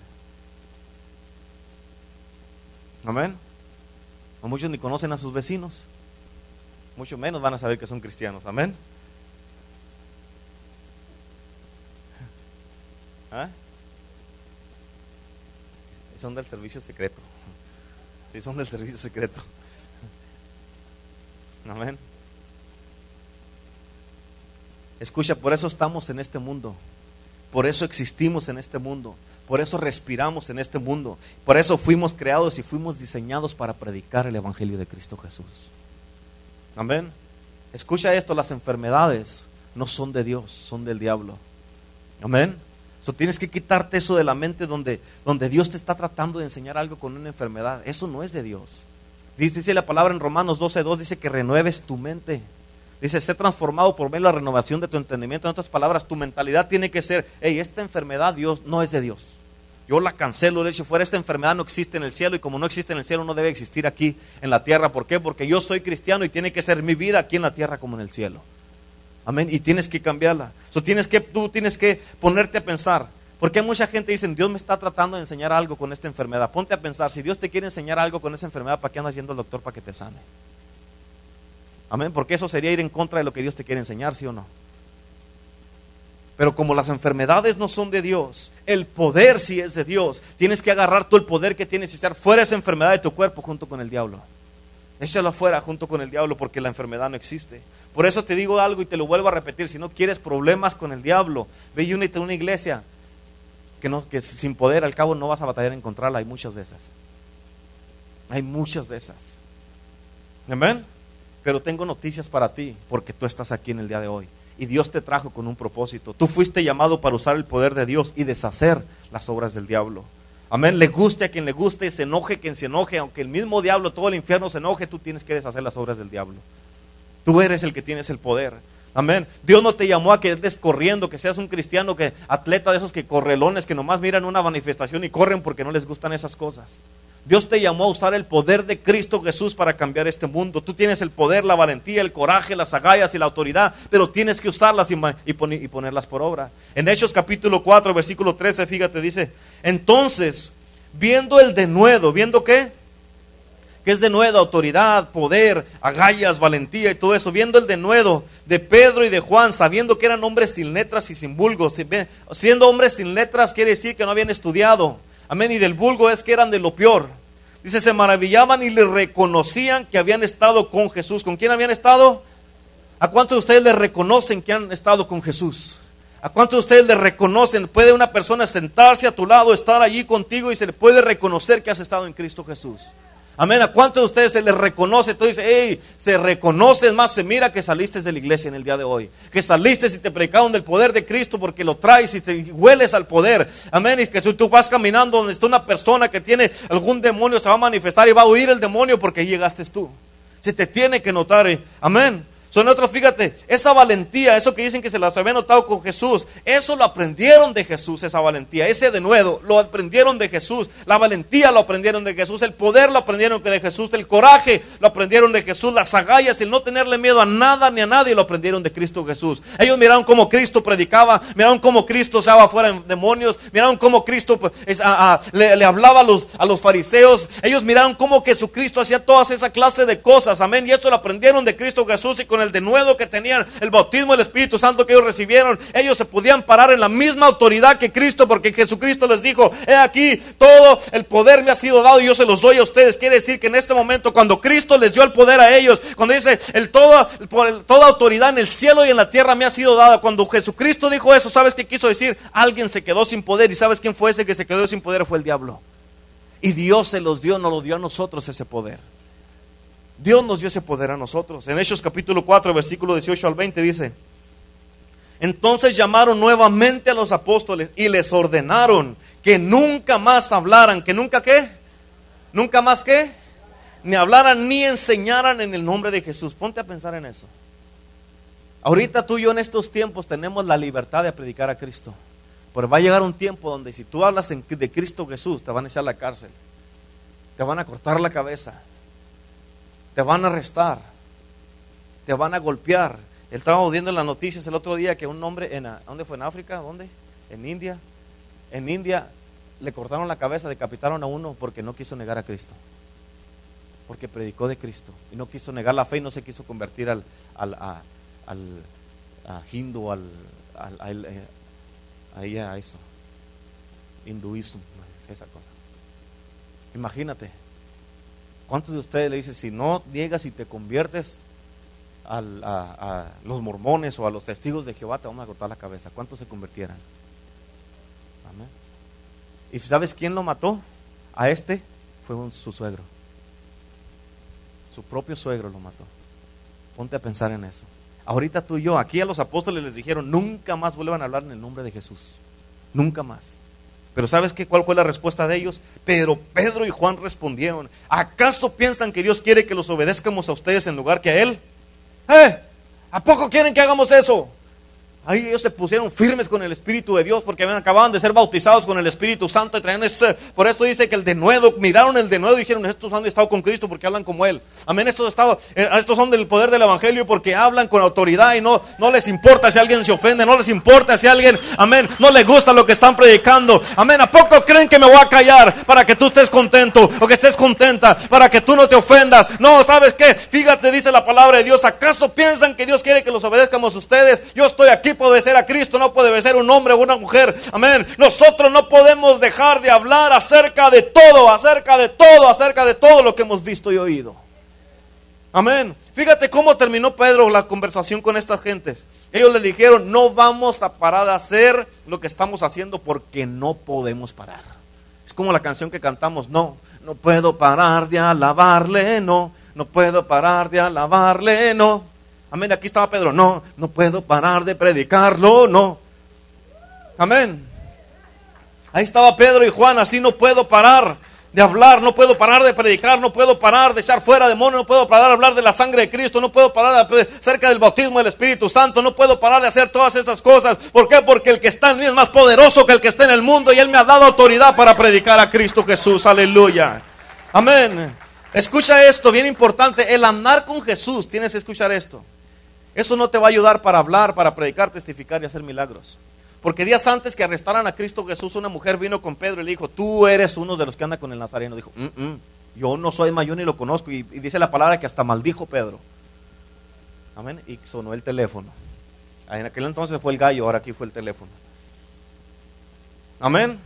Amén. O muchos ni conocen a sus vecinos. Mucho menos van a saber que son cristianos. Amén. ¿Ah? Son del servicio secreto. Sí, son del servicio secreto. Amén. Escucha, por eso estamos en este mundo. Por eso existimos en este mundo. Por eso respiramos en este mundo. Por eso fuimos creados y fuimos diseñados para predicar el Evangelio de Cristo Jesús. Amén. Escucha esto, las enfermedades no son de Dios, son del diablo. Amén. So, tienes que quitarte eso de la mente donde, donde Dios te está tratando de enseñar algo con una enfermedad. Eso no es de Dios. Dice, dice la palabra en Romanos doce dos, dice que renueves tu mente. Dice, sé transformado por medio de la renovación de tu entendimiento. En otras palabras, tu mentalidad tiene que ser, hey, esta enfermedad Dios no es de Dios. Yo la cancelo, le echo fuera, esta enfermedad no existe en el cielo, y como no existe en el cielo, no debe existir aquí en la tierra. ¿Por qué? Porque yo soy cristiano y tiene que ser mi vida aquí en la tierra como en el cielo. Amén. Y tienes que cambiarla. So, tienes que, tú tienes que ponerte a pensar. Porque mucha gente dice, Dios me está tratando de enseñar algo con esta enfermedad. Ponte a pensar, si Dios te quiere enseñar algo con esa enfermedad, ¿para qué andas yendo al doctor para que te sane? Amén, porque eso sería ir en contra de lo que Dios te quiere enseñar, ¿sí o no? Pero como las enfermedades no son de Dios, el poder sí es de Dios. Tienes que agarrar tú el poder que tienes y echar fuera esa enfermedad de tu cuerpo junto con el diablo. Échalo afuera junto con el diablo, porque la enfermedad no existe. Por eso te digo algo y te lo vuelvo a repetir: si no quieres problemas con el diablo, ve y únete a una iglesia que, no, que sin poder, al cabo no vas a batallar en encontrarla. Hay muchas de esas. Hay muchas de esas. Amén. Pero tengo noticias para ti, porque tú estás aquí en el día de hoy. Y Dios te trajo con un propósito. Tú fuiste llamado para usar el poder de Dios y deshacer las obras del diablo. Amén. Le guste a quien le guste, se enoje quien se enoje, aunque el mismo diablo, todo el infierno se enoje, tú tienes que deshacer las obras del diablo. Tú eres el que tienes el poder. Amén. Dios no te llamó a que andes corriendo, que seas un cristiano, que atleta de esos que correlones, que nomás miran una manifestación y corren porque no les gustan esas cosas. Dios te llamó a usar el poder de Cristo Jesús para cambiar este mundo. Tú tienes el poder, la valentía, el coraje, las agallas y la autoridad, pero tienes que usarlas y, y, poner, y ponerlas por obra. En Hechos capítulo cuatro, versículo trece, fíjate, dice: entonces, viendo el denuedo, ¿viendo qué? Que es denuedo, autoridad, poder, agallas, valentía y todo eso. Viendo el denuedo de Pedro y de Juan, sabiendo que eran hombres sin letras y sin vulgo. Siendo hombres sin letras quiere decir que no habían estudiado. Amén. Y del vulgo es que eran de lo peor. Dice, se maravillaban y le reconocían que habían estado con Jesús. ¿Con quién habían estado? ¿A cuántos de ustedes le reconocen que han estado con Jesús? ¿A cuántos de ustedes le reconocen? ¿Puede una persona sentarse a tu lado, estar allí contigo y se le puede reconocer que has estado en Cristo Jesús? Amén. ¿A cuántos de ustedes se les reconoce? Tú dices, hey, se reconoce, es más, se mira que saliste de la iglesia en el día de hoy. Que saliste y te predicaron del poder de Cristo porque lo traes y te hueles al poder. Amén. Y que tú, tú vas caminando donde está una persona que tiene algún demonio, se va a manifestar y va a huir el demonio porque llegaste tú. Se te tiene que notar. Eh. Amén. Son otros, fíjate, esa valentía, eso que dicen que se las había notado con Jesús, eso lo aprendieron de Jesús, esa valentía, ese denuedo, lo aprendieron de Jesús, la valentía lo aprendieron de Jesús, el poder lo aprendieron de Jesús, el coraje lo aprendieron de Jesús, las agallas, el no tenerle miedo a nada ni a nadie lo aprendieron de Cristo Jesús. Ellos miraron cómo Cristo predicaba, miraron cómo Cristo echaba fuera demonios, miraron cómo Cristo pues, es, a, a, le, le hablaba a los, a los fariseos, ellos miraron cómo Jesucristo hacía todas esa clase de cosas, amén, y eso lo aprendieron de Cristo Jesús. Y con el denuedo que tenían, el bautismo del Espíritu Santo que ellos recibieron, ellos se podían parar en la misma autoridad que Cristo, porque Jesucristo les dijo, he aquí, todo el poder me ha sido dado y yo se los doy a ustedes. Quiere decir que en este momento, cuando Cristo les dio el poder a ellos, cuando dice, el todo, el, toda autoridad en el cielo y en la tierra me ha sido dada, cuando Jesucristo dijo eso, ¿sabes qué quiso decir? Alguien se quedó sin poder. ¿Y sabes quién fue ese que se quedó sin poder? Fue el diablo. Y Dios se los dio, nos lo dio a nosotros ese poder. Dios nos dio ese poder a nosotros. En Hechos capítulo cuatro, versículo dieciocho al veinte dice: entonces llamaron nuevamente a los apóstoles y les ordenaron que nunca más hablaran. ¿Que nunca qué? ¿Nunca más qué? Ni hablaran ni enseñaran en el nombre de Jesús. Ponte a pensar en eso. Ahorita tú y yo en estos tiempos tenemos la libertad de predicar a Cristo. Pero va a llegar un tiempo donde si tú hablas de Cristo Jesús, te van a echar a la cárcel. Te van a cortar la cabeza. Te van a arrestar, te van a golpear. Estábamos viendo en las noticias el otro día que un hombre, en, ¿dónde fue? ¿En África? ¿Dónde? En India. En India le cortaron la cabeza, decapitaron a uno porque no quiso negar a Cristo. Porque predicó de Cristo y no quiso negar la fe y no se quiso convertir al, al, a, al a hindu, al, al, al eh, ahí a eso, hinduismo, esa cosa. Imagínate. ¿Cuántos de ustedes le dicen, si no niegas y te conviertes al, a, a los mormones o a los testigos de Jehová, te vamos a cortar la cabeza? ¿Cuántos se convirtieran? Amén. ¿Y sabes quién lo mató? A este fue un, su suegro. Su propio suegro lo mató. Ponte a pensar en eso. Ahorita tú y yo, aquí a los apóstoles les dijeron, nunca más vuelvan a hablar en el nombre de Jesús. Nunca más. Pero ¿sabes qué? ¿Cuál fue la respuesta de ellos? Pero Pedro y Juan respondieron, ¿acaso piensan que Dios quiere que los obedezcamos a ustedes en lugar que a Él? ¿Eh? ¿A poco quieren que hagamos eso? Ahí ellos se pusieron firmes con el Espíritu de Dios porque acababan de ser bautizados con el Espíritu Santo y traían ese, por eso dice que el denuedo, miraron el denuedo y dijeron, estos han estado con Cristo porque hablan como Él. Amén, estos, estado, estos son del poder del Evangelio porque hablan con autoridad y no, no les importa si alguien se ofende, no les importa si alguien, amén, no les gusta lo que están predicando. Amén, ¿a poco creen que me voy a callar para que tú estés contento o que estés contenta, para que tú no te ofendas? No, ¿sabes qué? Fíjate, dice la palabra de Dios, ¿acaso piensan que Dios quiere que los obedezcamos a ustedes? Yo estoy aquí por obedecer a Cristo, no puede obedecer un hombre o una mujer. Amén. Nosotros no podemos dejar de hablar acerca de todo, acerca de todo, acerca de todo lo que hemos visto y oído. Amén. Fíjate cómo terminó Pedro la conversación con estas gentes. Ellos le dijeron, no vamos a parar de hacer lo que estamos haciendo porque no podemos parar. Es como la canción que cantamos, no, no puedo parar de alabarle, no, no puedo parar de alabarle, no. Amén, aquí estaba Pedro, no, no puedo parar de predicarlo, no. Amén. Ahí estaba Pedro y Juan, así no puedo parar de hablar, no puedo parar de predicar, no puedo parar de echar fuera demonios, no puedo parar de hablar de la sangre de Cristo, no puedo parar de hablar acerca del bautismo del Espíritu Santo, no puedo parar de hacer todas esas cosas. ¿Por qué? Porque el que está en mí es más poderoso que el que está en el mundo y Él me ha dado autoridad para predicar a Cristo Jesús, aleluya. Amén. Escucha esto, bien importante, el andar con Jesús, tienes que escuchar esto. Eso no te va a ayudar para hablar, para predicar, testificar y hacer milagros. Porque días antes que arrestaran a Cristo Jesús, una mujer vino con Pedro y le dijo, tú eres uno de los que anda con el Nazareno. Dijo, mm -mm, yo no soy mayor ni lo conozco. Y, y dice la palabra que hasta maldijo Pedro. Amén. Y sonó el teléfono. En aquel entonces fue el gallo, ahora aquí fue el teléfono. Amén.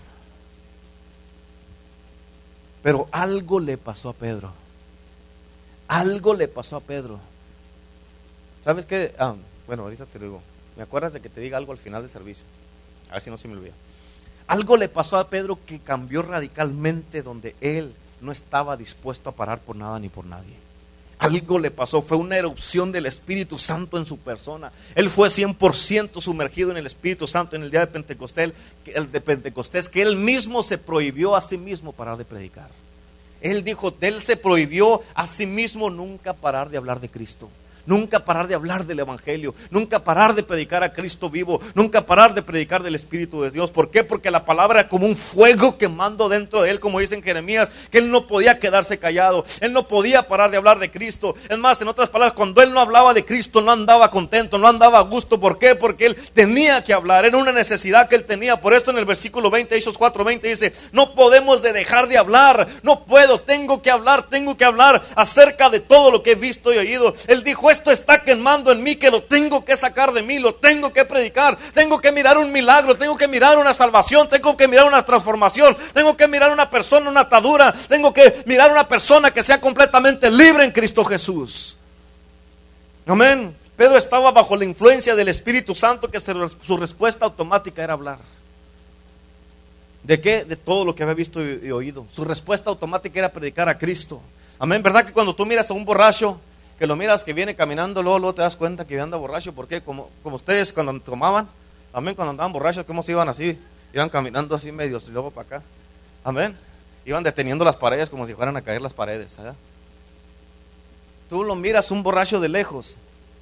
Pero algo le pasó a Pedro. Algo le pasó a Pedro. ¿Sabes qué? Ah, bueno, ahorita te lo digo. ¿Me acuerdas de que te diga algo al final del servicio? A ver si no se me olvida. Algo le pasó a Pedro que cambió radicalmente, donde él no estaba dispuesto a parar por nada ni por nadie. Algo le pasó, fue una erupción del Espíritu Santo en su persona. Él fue cien por ciento sumergido en el Espíritu Santo en el día de Pentecostés, el de Pentecostés, que él mismo se prohibió a sí mismo parar de predicar. Él dijo, él se prohibió a sí mismo nunca parar de hablar de Cristo. Nunca parar de hablar del Evangelio, nunca parar de predicar a Cristo vivo, nunca parar de predicar del Espíritu de Dios. ¿Por qué? Porque la palabra era como un fuego quemando dentro de él, como dice en Jeremías, que él no podía quedarse callado, él no podía parar de hablar de Cristo. Es más, en otras palabras, cuando él no hablaba de Cristo, no andaba contento, no andaba a gusto. ¿Por qué? Porque él tenía que hablar, era una necesidad que él tenía. Por esto en el versículo veinte, Hechos cuatro veinte dice, no podemos de dejar de hablar, no puedo, tengo que hablar, tengo que hablar acerca de todo lo que he visto y oído. Él dijo, esto está quemando en mí, que lo tengo que sacar de mí, lo tengo que predicar, tengo que mirar un milagro, tengo que mirar una salvación, tengo que mirar una transformación, tengo que mirar una persona, una atadura, tengo que mirar una persona que sea completamente libre en Cristo Jesús. Amén. Pedro estaba bajo la influencia del Espíritu Santo, que su respuesta automática era hablar. ¿De qué? De todo lo que había visto y oído. Su respuesta automática era predicar a Cristo. Amén. ¿Verdad que cuando tú miras a un borracho, que lo miras que viene caminando, luego, luego te das cuenta que anda borracho? ¿Por qué? Como, como ustedes cuando tomaban, amén, cuando andaban borrachos, ¿cómo se iban así? Iban caminando así medios y luego para acá. Amén. Iban deteniendo las paredes como si fueran a caer las paredes, ¿verdad? Tú lo miras un borracho de lejos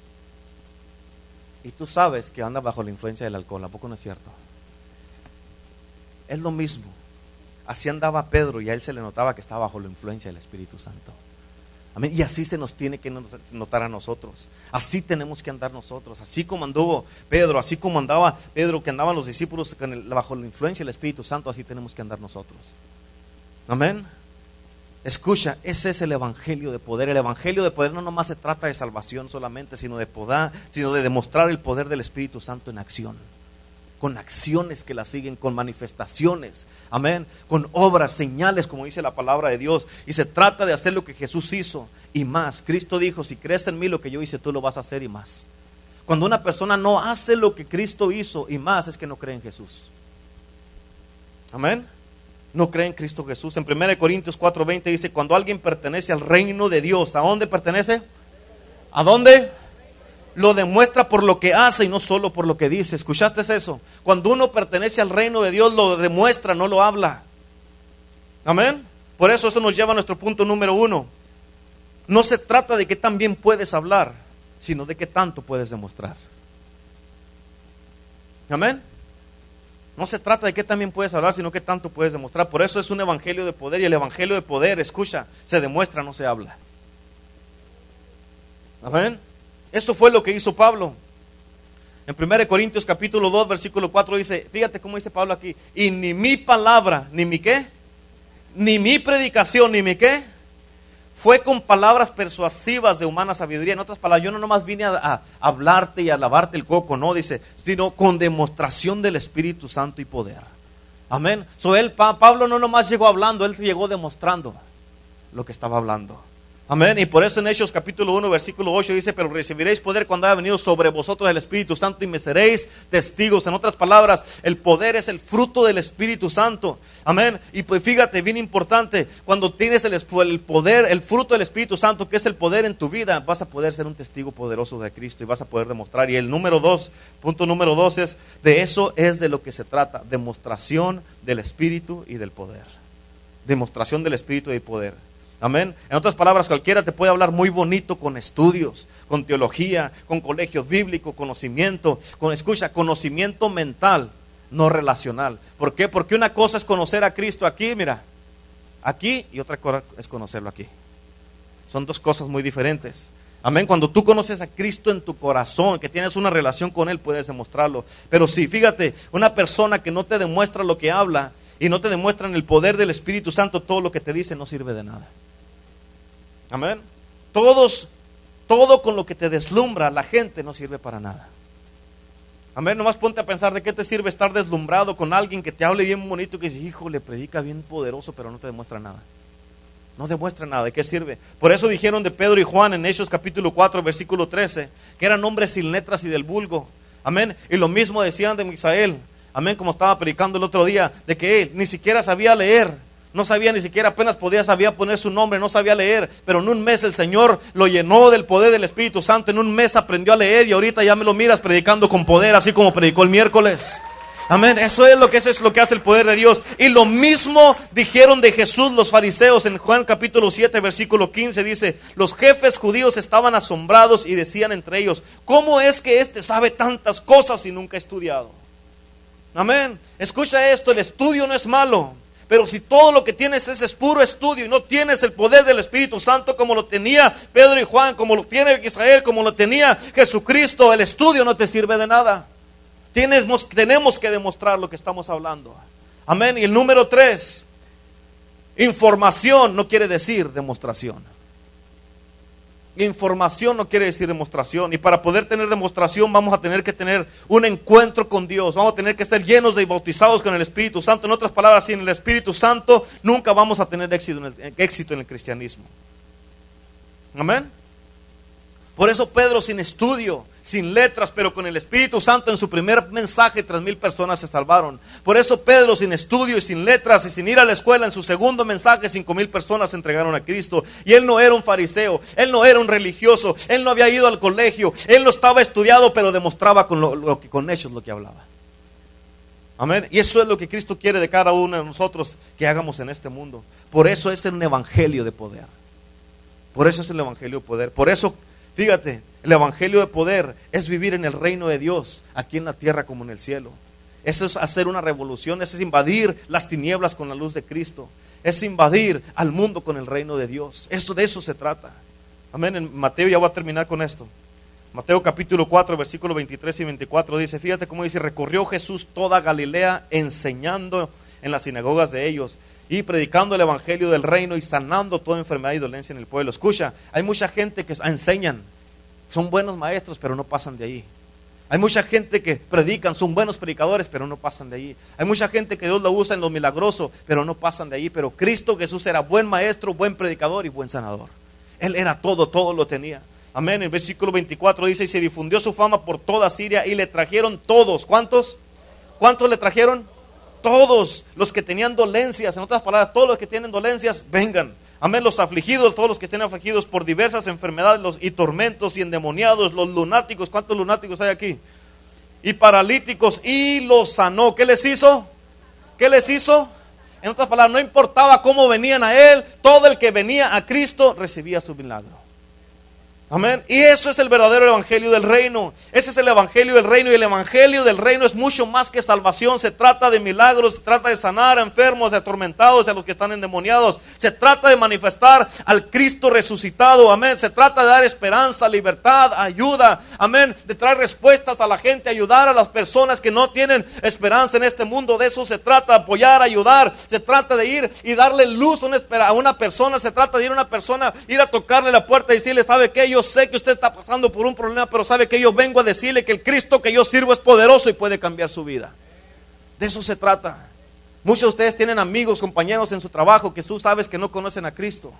y tú sabes que anda bajo la influencia del alcohol. ¿A poco no es cierto? Es lo mismo. Así andaba Pedro y a él se le notaba que estaba bajo la influencia del Espíritu Santo. Amén. Y así se nos tiene que notar a nosotros. Así tenemos que andar nosotros. Así como anduvo Pedro, así como andaba Pedro, que andaban los discípulos con el, bajo la influencia del Espíritu Santo, así tenemos que andar nosotros. Amén. Escucha, ese es el evangelio de poder. El evangelio de poder no nomás se trata de salvación solamente, sino de poder, sino de demostrar el poder del Espíritu Santo en acción. con acciones que la siguen, con manifestaciones, amén, con obras, señales, como dice la palabra de Dios. Y se trata de hacer lo que Jesús hizo y más. Cristo dijo, si crees en mí, lo que yo hice, tú lo vas a hacer y más. Cuando una persona no hace lo que Cristo hizo y más, es que no cree en Jesús. Amén. No cree en Cristo Jesús. En primera de Corintios cuatro veinte dice, cuando alguien pertenece al reino de Dios, ¿a dónde pertenece? ¿A dónde? Lo demuestra por lo que hace y no solo por lo que dice. ¿Escuchaste eso? Cuando uno pertenece al reino de Dios, lo demuestra, no lo habla. Amén. Por eso esto nos lleva a nuestro punto número uno. No se trata de qué tan bien puedes hablar, sino de qué tanto puedes demostrar. Amén. No se trata de qué tan bien puedes hablar, sino qué tanto puedes demostrar. Por eso es un evangelio de poder, y el evangelio de poder, escucha, se demuestra, no se habla. Amén. Esto fue lo que hizo Pablo. En primera de Corintios capítulo dos, versículo cuatro dice, fíjate cómo dice Pablo aquí, y ni mi palabra, ni mi qué, ni mi predicación, ni mi qué, fue con palabras persuasivas de humana sabiduría. En otras palabras, yo no nomás vine a, a hablarte y a lavarte el coco, no, dice, sino con demostración del Espíritu Santo y poder. Amén. So, él, Pablo no nomás llegó hablando, él llegó demostrando lo que estaba hablando. Amén. Y por eso en Hechos capítulo uno, versículo ocho dice, pero recibiréis poder cuando haya venido sobre vosotros el Espíritu Santo y me seréis testigos. En otras palabras, el poder es el fruto del Espíritu Santo. Amén. Y pues fíjate, bien importante, cuando tienes el, el poder, el fruto del Espíritu Santo, que es el poder en tu vida, vas a poder ser un testigo poderoso de Cristo y vas a poder demostrar. Y el número dos, punto número dos es, de eso es de lo que se trata, demostración del Espíritu y del poder. Demostración del Espíritu y del poder. Amén. En otras palabras, cualquiera te puede hablar muy bonito con estudios, con teología, con colegio bíblico, conocimiento, con escucha, conocimiento mental, no relacional. ¿Por qué? Porque una cosa es conocer a Cristo aquí, mira, aquí, y otra cosa es conocerlo aquí. Son dos cosas muy diferentes. Amén. Cuando tú conoces a Cristo en tu corazón, que tienes una relación con Él, puedes demostrarlo. Pero sí, fíjate, una persona que no te demuestra lo que habla y no te demuestra en el poder del Espíritu Santo, todo lo que te dice no sirve de nada. Amén. Todos, todo con lo que te deslumbra la gente no sirve para nada. Amén. Nomás ponte a pensar de qué te sirve estar deslumbrado con alguien que te hable bien bonito, que dice, hijo, le predica bien poderoso, pero no te demuestra nada. No demuestra nada. ¿De qué sirve? Por eso dijeron de Pedro y Juan en Hechos capítulo cuatro, versículo trece, que eran hombres sin letras y del vulgo. Amén. Y lo mismo decían de Misael. Amén. Como estaba predicando el otro día, de que él ni siquiera sabía leer. No sabía ni siquiera, apenas podía, sabía poner su nombre, no sabía leer. Pero en un mes el Señor lo llenó del poder del Espíritu Santo. En un mes aprendió a leer y ahorita ya me lo miras predicando con poder, así como predicó el miércoles. Amén. Eso es lo que, eso es lo que hace el poder de Dios. Y lo mismo dijeron de Jesús los fariseos en Juan capítulo siete, versículo quince. Dice, los jefes judíos estaban asombrados y decían entre ellos, ¿cómo es que este sabe tantas cosas y nunca ha estudiado? Amén. Escucha esto, el estudio no es malo. Pero si todo lo que tienes es, es puro estudio y no tienes el poder del Espíritu Santo como lo tenía Pedro y Juan, como lo tiene Israel, como lo tenía Jesucristo, el estudio no te sirve de nada. Tenemos, tenemos que demostrar lo que estamos hablando. Amén. Y el número tres, información no quiere decir demostración. Información no quiere decir demostración. Y para poder tener demostración vamos a tener que tener un encuentro con Dios. Vamos a tener que estar llenos de bautizados con el Espíritu Santo. En otras palabras, sin el Espíritu Santo nunca vamos a tener éxito en el, éxito en el cristianismo. Amén. Por eso Pedro, sin estudio, sin letras, pero con el Espíritu Santo, en su primer mensaje tres mil personas se salvaron. Por eso Pedro, sin estudio y sin letras y sin ir a la escuela, en su segundo mensaje cinco mil personas se entregaron a Cristo. Y él no era un fariseo, él no era un religioso, él no había ido al colegio, él no estaba estudiado, pero demostraba con, lo, lo que, con hechos lo que hablaba. Amén. Y eso es lo que Cristo quiere de cada uno de nosotros que hagamos en este mundo. Por eso es un evangelio de poder. Por eso es el evangelio de poder. Por eso, fíjate, el evangelio de poder es vivir en el reino de Dios, aquí en la tierra como en el cielo. Eso es hacer una revolución, eso es invadir las tinieblas con la luz de Cristo. Es invadir al mundo con el reino de Dios. Eso, de eso se trata. Amén. En Mateo, ya voy a terminar con esto. Mateo capítulo cuatro, versículos veintitrés y veinticuatro dice, fíjate cómo dice, recorrió Jesús toda Galilea enseñando en las sinagogas de ellos y predicando el evangelio del reino y sanando toda enfermedad y dolencia en el pueblo. Escucha, hay mucha gente que enseñan, son buenos maestros, pero no pasan de ahí. Hay mucha gente que predican, son buenos predicadores, pero no pasan de ahí. Hay mucha gente que Dios la usa en lo milagroso, pero no pasan de ahí. Pero Cristo Jesús era buen maestro, buen predicador y buen sanador. Él era todo, todo lo tenía. Amén. El versículo veinticuatro dice, y se difundió su fama por toda Siria y le trajeron todos. ¿Cuántos? ¿Cuántos le trajeron? Todos los que tenían dolencias. En otras palabras, todos los que tienen dolencias, vengan. Amén, los afligidos, todos los que estén afligidos por diversas enfermedades los, y tormentos y endemoniados, los lunáticos. ¿Cuántos lunáticos hay aquí? Y paralíticos, y los sanó. ¿Qué les hizo? ¿Qué les hizo? En otras palabras, no importaba cómo venían a Él, todo el que venía a Cristo recibía su milagro. Amén. Y eso es el verdadero evangelio del reino. Ese es el evangelio del reino. Y el evangelio del reino es mucho más que salvación. Se trata de milagros, se trata de sanar a enfermos, de atormentados, a los que están endemoniados. Se trata de manifestar al Cristo resucitado. Amén. Se trata de dar esperanza, libertad, ayuda. Amén. De traer respuestas a la gente, ayudar a las personas que no tienen esperanza en este mundo. De eso se trata, apoyar, ayudar. Se trata de ir y darle luz a una, a una persona. Se trata de ir a una persona, ir a tocarle la puerta y decirle, ¿sabe qué? Yo sé que usted está pasando por un problema, pero sabe que yo vengo a decirle que el Cristo que yo sirvo es poderoso y puede cambiar su vida. De eso se trata. Muchos de ustedes tienen amigos, compañeros en su trabajo que tú sabes que no conocen a Cristo.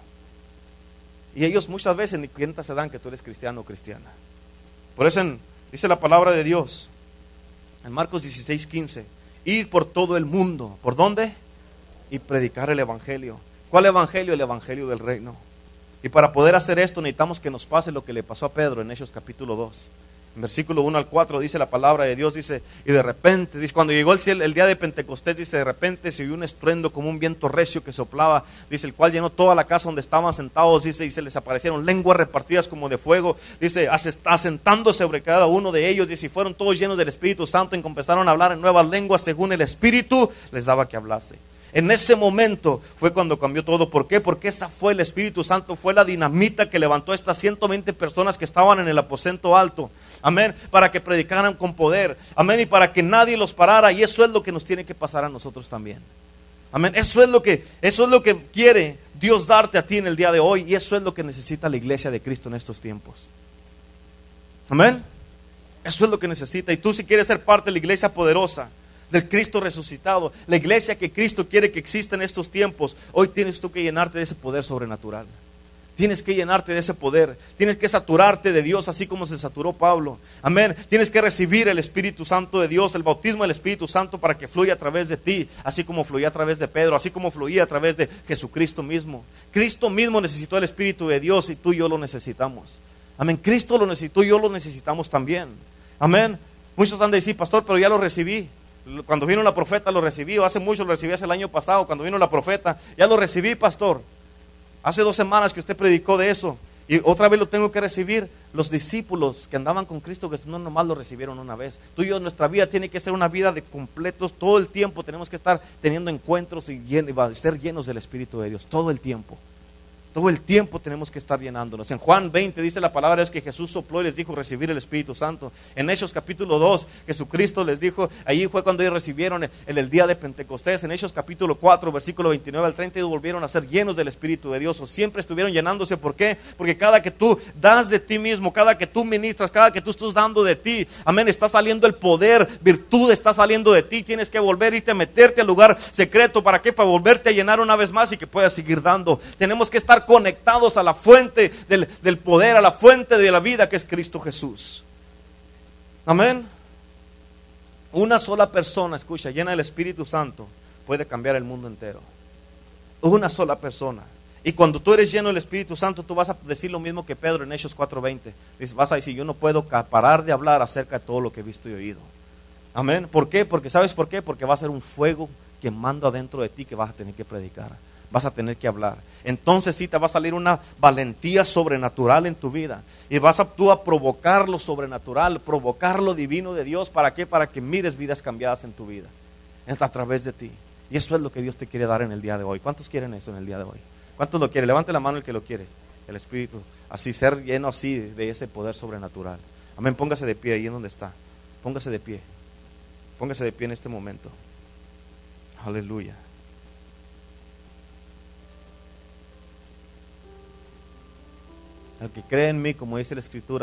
Y ellos muchas veces ni cuenta se dan que tú eres cristiano o cristiana. Por eso en, dice la palabra de Dios en Marcos dieciséis quince, ir por todo el mundo. ¿Por dónde? Y predicar el evangelio. ¿Cuál evangelio? El evangelio del reino. Y para poder hacer esto necesitamos que nos pase lo que le pasó a Pedro en Hechos capítulo dos. En versículo uno al cuatro dice la palabra de Dios, dice, y de repente, dice, cuando llegó el, cielo, el día de Pentecostés, dice, de repente se oyó un estruendo como un viento recio que soplaba, dice, el cual llenó toda la casa donde estaban sentados, dice, y se les aparecieron lenguas repartidas como de fuego, dice, asentándose sobre cada uno de ellos, dice, y fueron todos llenos del Espíritu Santo y comenzaron a hablar en nuevas lenguas según el Espíritu les daba que hablase. En ese momento fue cuando cambió todo. ¿Por qué? Porque esa fue el Espíritu Santo, fue la dinamita que levantó a estas ciento veinte personas que estaban en el aposento alto. Amén. Para que predicaran con poder. Amén. Y para que nadie los parara. Y eso es lo que nos tiene que pasar a nosotros también. Amén. Eso es lo que, eso es lo que quiere Dios darte a ti en el día de hoy. Y eso es lo que necesita la iglesia de Cristo en estos tiempos. Amén. Eso es lo que necesita. Y tú, si quieres ser parte de la iglesia poderosa, del Cristo resucitado, la iglesia que Cristo quiere que exista en estos tiempos, hoy tienes tú que llenarte de ese poder sobrenatural. Tienes que llenarte de ese poder. Tienes que saturarte de Dios así como se saturó Pablo. Amén. Tienes que recibir el Espíritu Santo de Dios, el bautismo del Espíritu Santo, para que fluya a través de ti, así como fluía a través de Pedro, así como fluía a través de Jesucristo mismo. Cristo mismo necesitó el Espíritu de Dios y tú y yo lo necesitamos. Amén. Cristo lo necesitó y yo lo necesitamos también. Amén. Muchos han de decir, pastor, pero ya lo recibí. Cuando vino la profeta lo recibí, o hace mucho lo recibí, hace el año pasado, cuando vino la profeta, ya lo recibí, pastor. Hace dos semanas que usted predicó de eso, y otra vez lo tengo que recibir. Los discípulos que andaban con Cristo, que no nomás lo recibieron una vez. Tú y yo, nuestra vida tiene que ser una vida de completos, todo el tiempo tenemos que estar teniendo encuentros y llen- ser llenos del Espíritu de Dios, todo el tiempo. Todo el tiempo tenemos que estar llenándonos. En Juan veinte dice la palabra, es que Jesús sopló y les dijo recibir el Espíritu Santo. En Hechos capítulo dos, Jesucristo les dijo, allí fue cuando ellos recibieron en el día de Pentecostés. En Hechos capítulo cuatro, versículo veintinueve al treinta, ellos volvieron a ser llenos del Espíritu de Dios. O siempre estuvieron llenándose. ¿Por qué? Porque cada que tú das de ti mismo, cada que tú ministras, cada que tú estás dando de ti, amén, está saliendo el poder, virtud está saliendo de ti. Tienes que volver y te meterte al lugar secreto. ¿Para qué? Para volverte a llenar una vez más y que puedas seguir dando. Tenemos que estar conectados a la fuente del, del poder, a la fuente de la vida que es Cristo Jesús. Amén. Una sola persona, escucha, llena del Espíritu Santo, puede cambiar el mundo entero. Una sola persona. Y cuando tú eres lleno del Espíritu Santo, tú vas a decir lo mismo que Pedro en Hechos cuatro veinte. Dices, vas a decir, yo no puedo parar de hablar acerca de todo lo que he visto y oído. Amén. ¿Por qué? Porque ¿sabes por qué? Porque va a ser un fuego quemando adentro de ti que vas a tener que predicar. Vas a tener que hablar. Entonces sí te va a salir una valentía sobrenatural en tu vida. Y vas a, tú a provocar lo sobrenatural, provocar lo divino de Dios. ¿Para qué? Para que mires vidas cambiadas en tu vida. Es a través de ti. Y eso es lo que Dios te quiere dar en el día de hoy. ¿Cuántos quieren eso en el día de hoy? ¿Cuántos lo quieren? Levante la mano el que lo quiere. El Espíritu. Así, ser lleno así de ese poder sobrenatural. Amén. Póngase de pie ahí en donde está. Póngase de pie. Póngase de pie en este momento. Aleluya. El que cree en mí, como dice la Escritura,